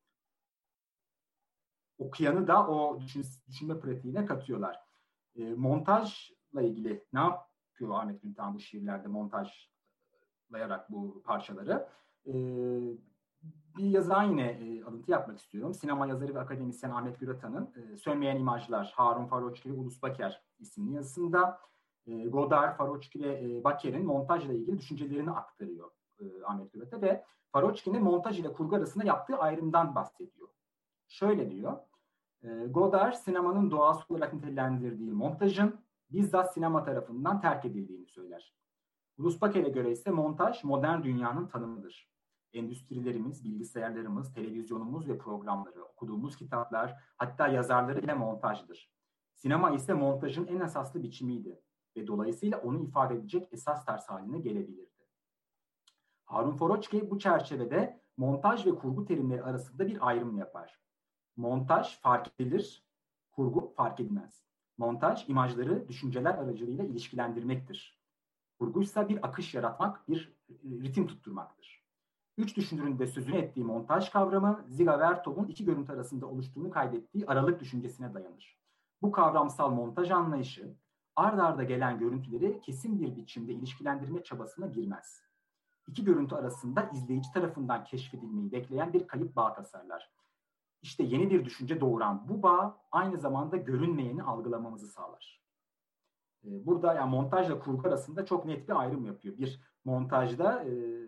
okuyanı da o düşün, düşünme pratiğine katıyorlar. E, montajla ilgili ne yapıyor Ahmet Güntan bu şiirlerde montajlayarak bu parçaları? E, bir yazıdan yine e, alıntı yapmak istiyorum. Sinema yazarı ve akademisyen Ahmet Güratan'ın e, Sönmeyen İmajlar, Harun Faroçki ve Ulus Baker isimli yazısında e, Godard, Faroçki ve e, Baker'in montajla ilgili düşüncelerini aktarıyor e, Ahmet Güratan'a ve Faroçki'nin montaj ile kurgu arasında yaptığı ayrımdan bahsediyor. Şöyle diyor, e, Godard sinemanın doğası olarak nitelendirdiği montajın bizzat sinema tarafından terk edildiğini söyler. Ulus Baker'e göre ise montaj modern dünyanın tanımıdır. Endüstrilerimiz, bilgisayarlarımız, televizyonumuz ve programları, okuduğumuz kitaplar, hatta yazarları bile montajdır. Sinema ise montajın en esaslı biçimiydi ve dolayısıyla onu ifade edecek esas ters haline gelebilirdi. Harun Faroçki bu çerçevede montaj ve kurgu terimleri arasında bir ayrım yapar. Montaj fark edilir, kurgu fark edilmez. Montaj, imajları düşünceler aracılığıyla ilişkilendirmektir. Kurguysa bir akış yaratmak, bir ritim tutturmaktır. Üç düşünürün de sözünü ettiği montaj kavramı, Ziga Vertov'un iki görüntü arasında oluştuğunu kaydettiği aralık düşüncesine dayanır. Bu kavramsal montaj anlayışı, ard arda gelen görüntüleri kesin bir biçimde ilişkilendirme çabasına girmez. İki görüntü arasında izleyici tarafından keşfedilmeyi bekleyen bir kayıp bağ tasarlar. İşte yeni bir düşünce doğuran bu bağ aynı zamanda görünmeyeni algılamamızı sağlar. Burada yani montajla kurgu arasında çok net bir ayrım yapıyor. Bir montajda e,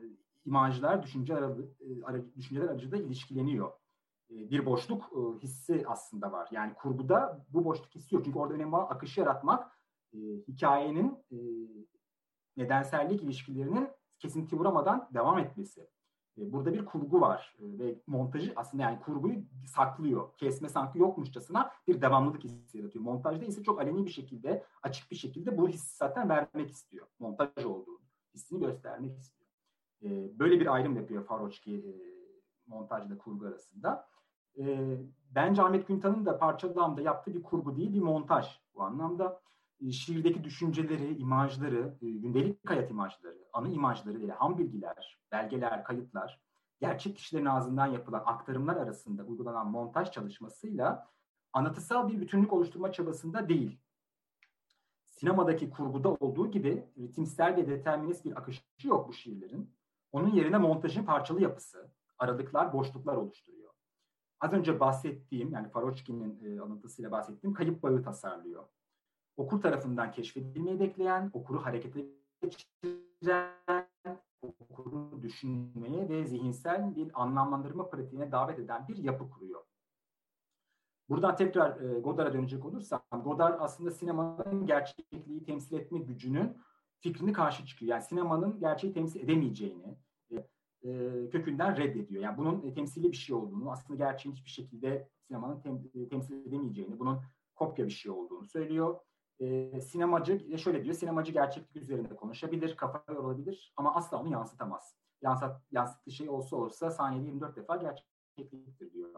imajlar, düşünce aralı, e, düşünceler aracılığıyla ilişkileniyor. E, bir boşluk e, hissi aslında var. Yani kurguda bu boşluk hissi yok. Çünkü orada önemli olan akışı yaratmak, e, hikayenin e, nedensellik ilişkilerinin kesinti uğramadan devam etmesi. E, burada bir kurgu var e, ve montajı aslında yani kurguyu saklıyor. Kesme sanki yokmuşçasına bir devamlılık hissi yaratıyor. Montajda ise çok aleni bir şekilde, açık bir şekilde bu hissi zaten vermek istiyor. Montaj olduğunu, hissini göstermek istiyor. E, böyle bir ayrım yapıyor Farocki e, montajla kurgu arasında. E, bence Ahmet Güntan'ın da Parçalı Dam'da yaptığı bir kurgu değil, bir montaj bu anlamda. E, şiirdeki düşünceleri, imajları, e, gündelik hayat imajları, anı imajları, ilham bilgiler, belgeler, kayıtlar, gerçek kişilerin ağzından yapılan aktarımlar arasında uygulanan montaj çalışmasıyla anlatısal bir bütünlük oluşturma çabasında değil. Sinemadaki kurguda olduğu gibi ritimsel ve determinist bir akışı yok bu şiirlerin. Onun yerine montajın parçalı yapısı, aralıklar, boşluklar oluşturuyor. Az önce bahsettiğim, yani Farocki'nin e, alıntısıyla bahsettiğim kayıp bağı tasarlıyor. Okur tarafından keşfedilmeyi bekleyen, okuru harekete geçiren, okuru düşünmeye ve zihinsel bir anlamlandırma pratiğine davet eden bir yapı kuruyor. Buradan tekrar e, Godard'a dönecek olursam, Godard aslında sinemanın gerçekliği temsil etme gücünün fikrini karşı çıkıyor. Yani sinemanın gerçeği temsil edemeyeceğini e, e, kökünden reddediyor. Yani bunun e, temsili bir şey olduğunu, aslında gerçeğin hiçbir şekilde sinemanın tem, temsil edemeyeceğini, bunun kopya bir şey olduğunu söylüyor. E, sinemacı şöyle diyor, sinemacı gerçeklik üzerinde konuşabilir, kafa yorulabilir ama asla onu yansıtamaz. Yansıt, yansıttığı şey olsa olsa saniyede yirmi dört defa gerçekliktir diyor.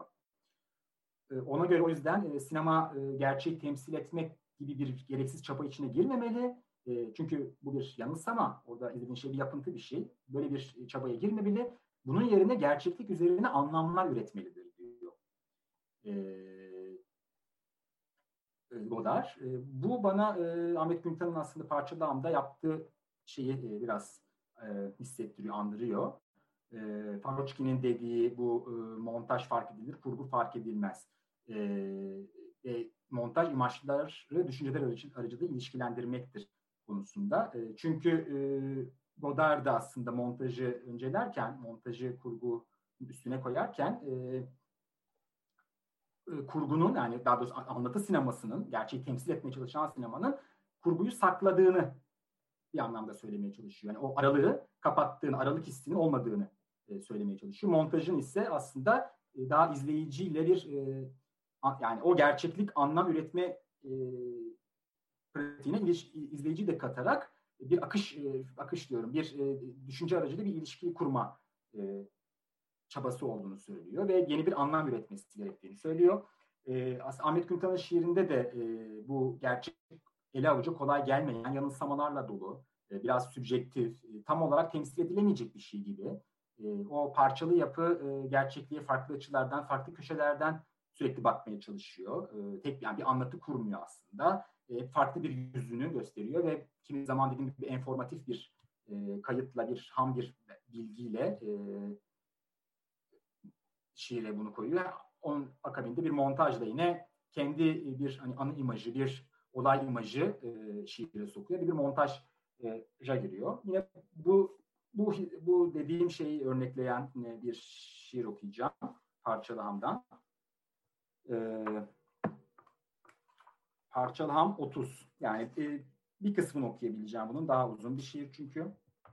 Ona göre o yüzden sinema gerçeği temsil etmek gibi bir gereksiz çaba içine girmemeli. Çünkü bu bir yanılsama. Orada izlediğin şey bir yapıntı bir şey. Böyle bir çabaya girmemeli. Bunun yerine gerçeklik üzerine anlamlar üretmelidir diyor Godard. Bu bana Ahmet Güntan'ın aslında Parçalı Dam'da yaptığı şeyi biraz hissettiriyor, andırıyor. Farocki'nin dediği bu montaj fark edilir, kurgu fark edilmez. E, e, montaj imajları düşünceler aracılığıyla ilişkilendirmektir konusunda. E, çünkü e, Godard da aslında montajı öncelerken, montajı kurgu üstüne koyarken e, e, kurgunun, yani daha doğrusu anlatı sinemasının, gerçeği temsil etmeye çalışan sinemanın kurguyu sakladığını bir anlamda söylemeye çalışıyor. Yani o aralığı kapattığını, aralık hissinin olmadığını e, söylemeye çalışıyor. Montajın ise aslında e, daha izleyiciyle bir e, yani o gerçeklik anlam üretme e, pratiğine iliş, izleyiciyi de katarak bir akış e, akış diyorum, bir e, düşünce aracıyla bir ilişki kurma e, çabası olduğunu söylüyor ve yeni bir anlam üretmesi gerektiğini söylüyor. E, Ahmet Güntan'ın şiirinde de e, bu gerçek ele avuca kolay gelmeyen yanılsamalarla dolu, e, biraz sübjektif, e, tam olarak temsil edilemeyecek bir şey gibi. E, o parçalı yapı e, gerçekliğe farklı açılardan, farklı köşelerden sürekli bakmaya çalışıyor. E, tek yani bir anlatı kurmuyor aslında. E, farklı bir yüzünü gösteriyor ve kimi zaman dediğim gibi enformatif bir e, kayıtla, bir ham bir bilgiyle e, şiire bunu koyuyor. Onun akabinde bir montajla yine kendi bir hani anı imajı, bir olay imajı e, şiire sokuyor. Bir montaja giriyor. Yine bu bu bu dediğim şeyi örnekleyen bir şiir okuyacağım. Parçalı Ham'dan. E, Parçalı Ham otuz. Yani e, bir kısmını okuyabileceğim bunun. Daha uzun bir şiir çünkü.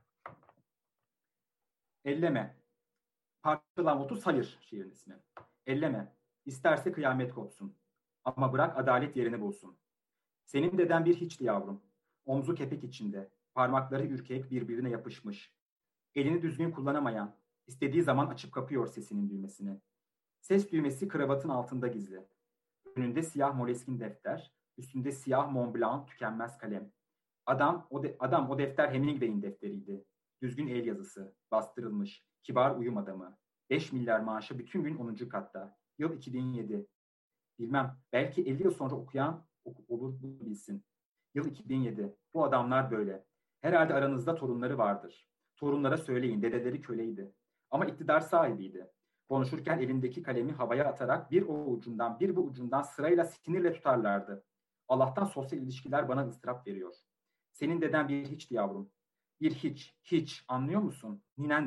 Elleme. Parçalı Ham otuz hayır şiirin ismi. Elleme. İsterse kıyamet kopsun. Ama bırak adalet yerini bulsun. Senin deden bir hiçti yavrum. Omzu kepek içinde. Parmakları ürkek birbirine yapışmış. Elini düzgün kullanamayan, istediği zaman açıp kapıyor sesinin düğmesini. Ses düğmesi kravatın altında gizli. Önünde siyah moleskin defter, üstünde siyah Mont Blanc tükenmez kalem. Adam o, de, adam o defter Hemingway'in defteriydi. Düzgün el yazısı, bastırılmış, kibar uyum adamı. Beş milyar maaşı bütün gün onuncu katta. Yıl iki bin yedi. Bilmem, belki elli yıl sonra okuyan olur bunu bilsin. Yıl iki bin yedi. Bu adamlar böyle. Herhalde aranızda torunları vardır. Torunlara söyleyin, dedeleri köleydi. Ama iktidar sahibiydi. Konuşurken elindeki kalemi havaya atarak bir o ucundan bir bu ucundan sırayla sinirle tutarlardı. Allah'tan sosyal ilişkiler bana ıstırap veriyor. Senin deden bir hiçti yavrum. Bir hiç, hiç anlıyor musun? Ninen de.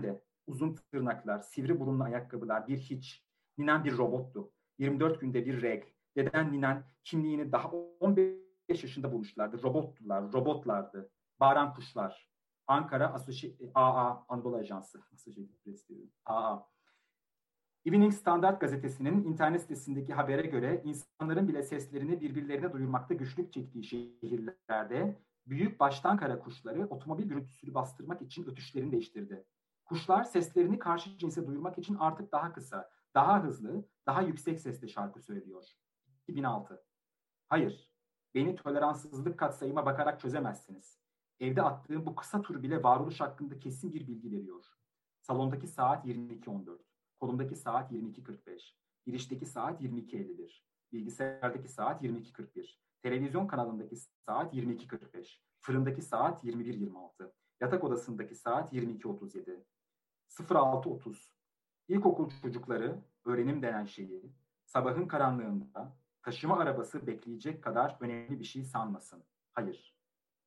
Uzun tırnaklar, sivri burunlu ayakkabılar, bir hiç. Ninen bir robottu. yirmi dört günde bir reg. Deden ninen kimliğini daha on beş yaşında bulmuşlardı. Robottular, robotlardı. Bağıran kuşlar. Ankara Asosiyasyon A A Anadolu Ajansı. Associated Press diyorum. A A. Evening Standard gazetesinin internet sitesindeki habere göre insanların bile seslerini birbirlerine duyurmakta güçlük çektiği şehirlerde büyük baştan kara kuşları otomobil gürültüsünü bastırmak için ötüşlerini değiştirdi. Kuşlar seslerini karşı cinse duyurmak için artık daha kısa, daha hızlı, daha yüksek sesle şarkı söylüyor. iki bin altı. Hayır, beni toleranssızlık katsayıma bakarak çözemezsiniz. Evde attığım bu kısa tur bile varoluş hakkında kesin bir bilgi veriyor. Salondaki saat yirmi iki on dört. Kolumdaki saat yirmi iki kırk beş. Girişteki saat yirmi iki elli bir. Bilgisayardaki saat yirmi iki kırk bir. Televizyon kanalındaki saat yirmi iki kırk beş. Fırındaki saat yirmi bir yirmi altı. Yatak odasındaki saat yirmi iki otuz yedi. sıfır altı otuz. İlkokul çocukları öğrenim denen şeyi sabahın karanlığında taşıma arabası bekleyecek kadar önemli bir şey sanmasın. Hayır.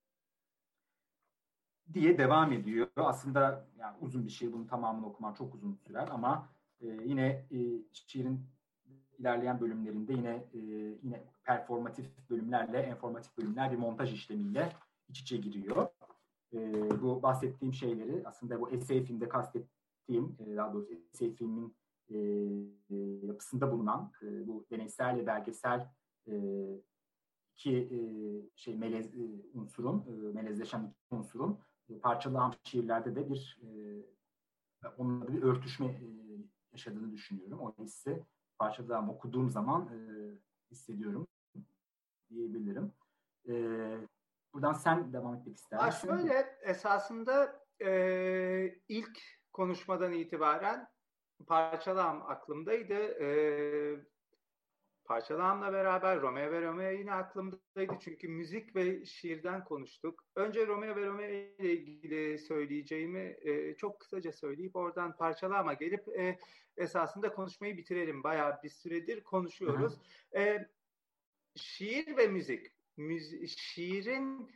Diye devam ediyor. Aslında yani uzun bir şey. Bunun tamamını okumam çok uzun sürer ama e, yine e, şiirin ilerleyen bölümlerinde yine e, yine performatif bölümlerle enformatif bölümler bir montaj işlemiyle iç içe giriyor. E, bu bahsettiğim şeyleri aslında bu essay filmde kastettiğim, e, daha doğrusu essay filmin e, e, yapısında bulunan e, bu deneysel ve belgesel e, iki e, şey melez e, unsurun, e, melezleşen iki unsurun e, parçalı şiirlerde de bir e, onunla bir örtüşme e, yaşadığını düşünüyorum. O hissi parçalı okuduğum zaman e, hissediyorum diyebilirim. E, buradan sen devam etmek ister misin? Şöyle esasında e, ilk konuşmadan itibaren Parçalam aklımdaydı. E, Parçalamla beraber Romeo ve Romeo yine aklımdaydı. Çünkü müzik ve şiirden konuştuk. Önce Romeo ve Romeo ile ilgili söyleyeceğimi e, çok kısaca söyleyip oradan Parçalama gelip e, esasında konuşmayı bitirelim. Bayağı bir süredir konuşuyoruz. E, şiir ve müzik. Müzi- şiirin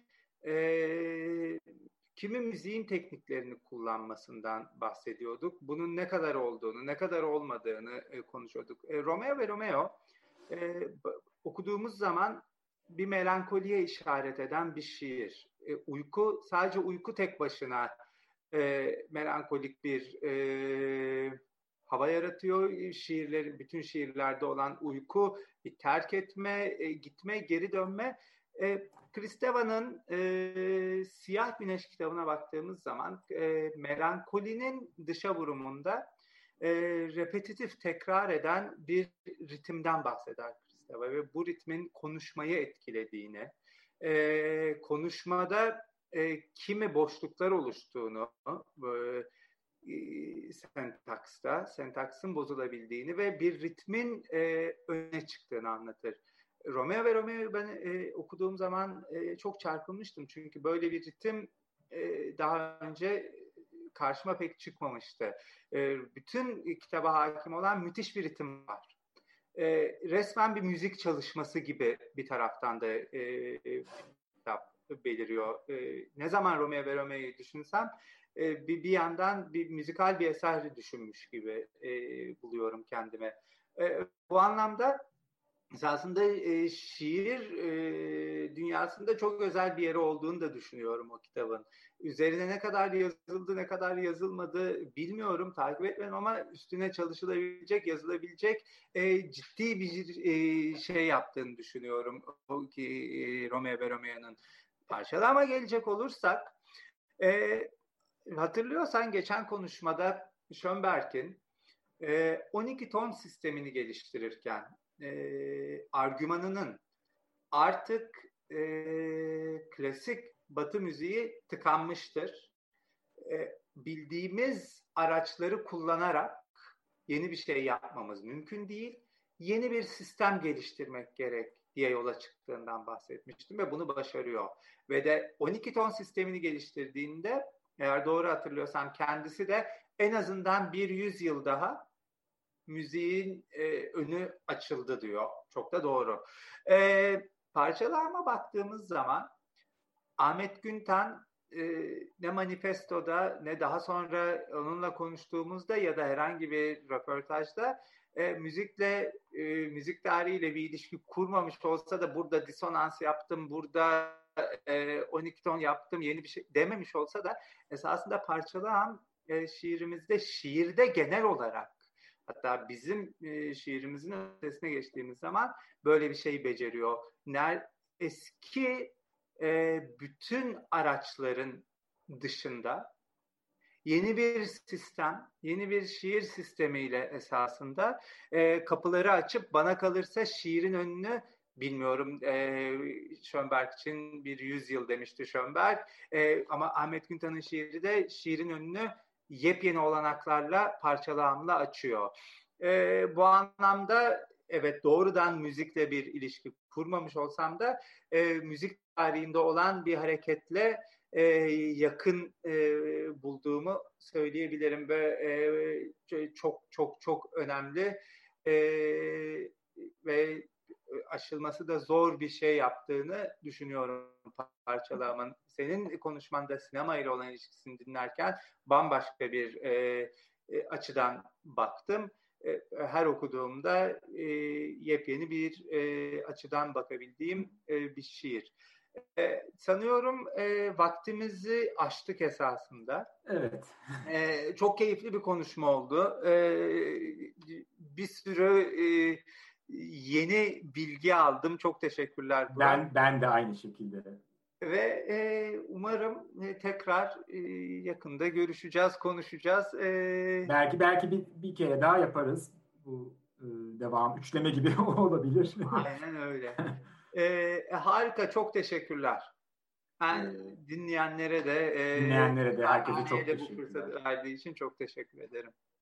e, kimi müziğin tekniklerini kullanmasından bahsediyorduk. Bunun ne kadar olduğunu, ne kadar olmadığını e, konuşuyorduk. E, Romeo ve Romeo e, okuduğumuz zaman bir melankoliye işaret eden bir şiir. E, uyku, sadece uyku tek başına e, melankolik bir e, hava yaratıyor. Şiirlerin, bütün şiirlerde olan uyku, bir terk etme, e, gitme, geri dönme. E, Kristeva'nın e, Siyah Güneş kitabına baktığımız zaman e, melankolinin dışa vurumunda e, repetitif, tekrar eden bir ritimden bahseder Kristeva ve bu ritmin konuşmayı etkilediğini, e, konuşmada e, kimi boşluklar oluştuğunu, e, sentaksta, sentaksın bozulabildiğini ve bir ritmin e, öne çıktığını anlatır. Romeo ve Romeo'yu ben e, okuduğum zaman e, çok çarpılmıştım. Çünkü böyle bir ritim e, daha önce karşıma pek çıkmamıştı. E, bütün kitaba hakim olan müthiş bir ritim var. E, resmen bir müzik çalışması gibi bir taraftan da e, kitap beliriyor. E, ne zaman Romeo ve Romeo'yu düşünsem e, bir, bir yandan bir müzikal bir eser düşünmüş gibi e, buluyorum kendime. E, bu anlamda esasında e, şiir e, dünyasında çok özel bir yeri olduğunu da düşünüyorum o kitabın. Üzerine ne kadar yazıldı, ne kadar yazılmadı bilmiyorum, takip etmedim ama üstüne çalışılabilecek, yazılabilecek e, ciddi bir e, şey yaptığını düşünüyorum. O ki e, Romeo ve Romeo'nun parçalama gelecek olursak, e, hatırlıyorsan geçen konuşmada Schönberg'in e, on iki ton sistemini geliştirirken e, argümanının artık e, klasik Batı müziği tıkanmıştır. E, bildiğimiz araçları kullanarak yeni bir şey yapmamız mümkün değil. Yeni bir sistem geliştirmek gerek diye yola çıktığından bahsetmiştim ve bunu başarıyor. Ve de on iki ton sistemini geliştirdiğinde, eğer doğru hatırlıyorsam, kendisi de en azından bir yüzyıl daha müziğin e, önü açıldı diyor. Çok da doğru. E, parçalarıma baktığımız zaman Ahmet Güntan e, ne manifestoda ne daha sonra onunla konuştuğumuzda ya da herhangi bir röportajda e, müzikle e, müzik tarihiyle bir ilişki kurmamış olsa da burada disonans yaptım, burada e, on iki ton yaptım, yeni bir şey dememiş olsa da esasında Parçalı Ağam e, şiirimizde, şiirde genel olarak, hatta bizim e, şiirimizin ötesine geçtiğimiz zaman böyle bir şey beceriyor. Ner, eski e, bütün araçların dışında yeni bir sistem, yeni bir şiir sistemiyle esasında e, kapıları açıp bana kalırsa şiirin önünü, bilmiyorum, e, Schönberg için bir yüzyıl demişti Schönberg, e, ama Ahmet Güntan'ın şiiri de şiirin önünü yepyeni olanaklarla, Parçalı Ağam'la açıyor. E, bu anlamda evet, doğrudan müzikle bir ilişki kurmamış olsam da e, müzik tarihinde olan bir hareketle e, yakın e, bulduğumu söyleyebilirim ve e, çok çok çok önemli e, ve aşılması da zor bir şey yaptığını düşünüyorum Parçalı Ağam'ın. Senin konuşmanda sinema ile olan ilişkisini dinlerken bambaşka bir e, e, açıdan baktım. E, her okuduğumda e, yepyeni bir e, açıdan bakabildiğim e, bir şiir. E, sanıyorum e, vaktimizi aştık esasında. Evet. E, çok keyifli bir konuşma oldu. E, bir sürü e, yeni bilgi aldım. Çok teşekkürler Burak. Ben ben de aynı şekilde. Ve e, umarım e, tekrar e, yakında görüşeceğiz, konuşacağız. E, belki belki bir, bir kere daha yaparız. Bu e, devam üçleme gibi olabilir. Aynen öyle. e, harika, çok teşekkürler. Ben dinleyenlere de dinleyenlere de herkese çok de bu teşekkürler. fırsatı verdiği için çok teşekkür ederim.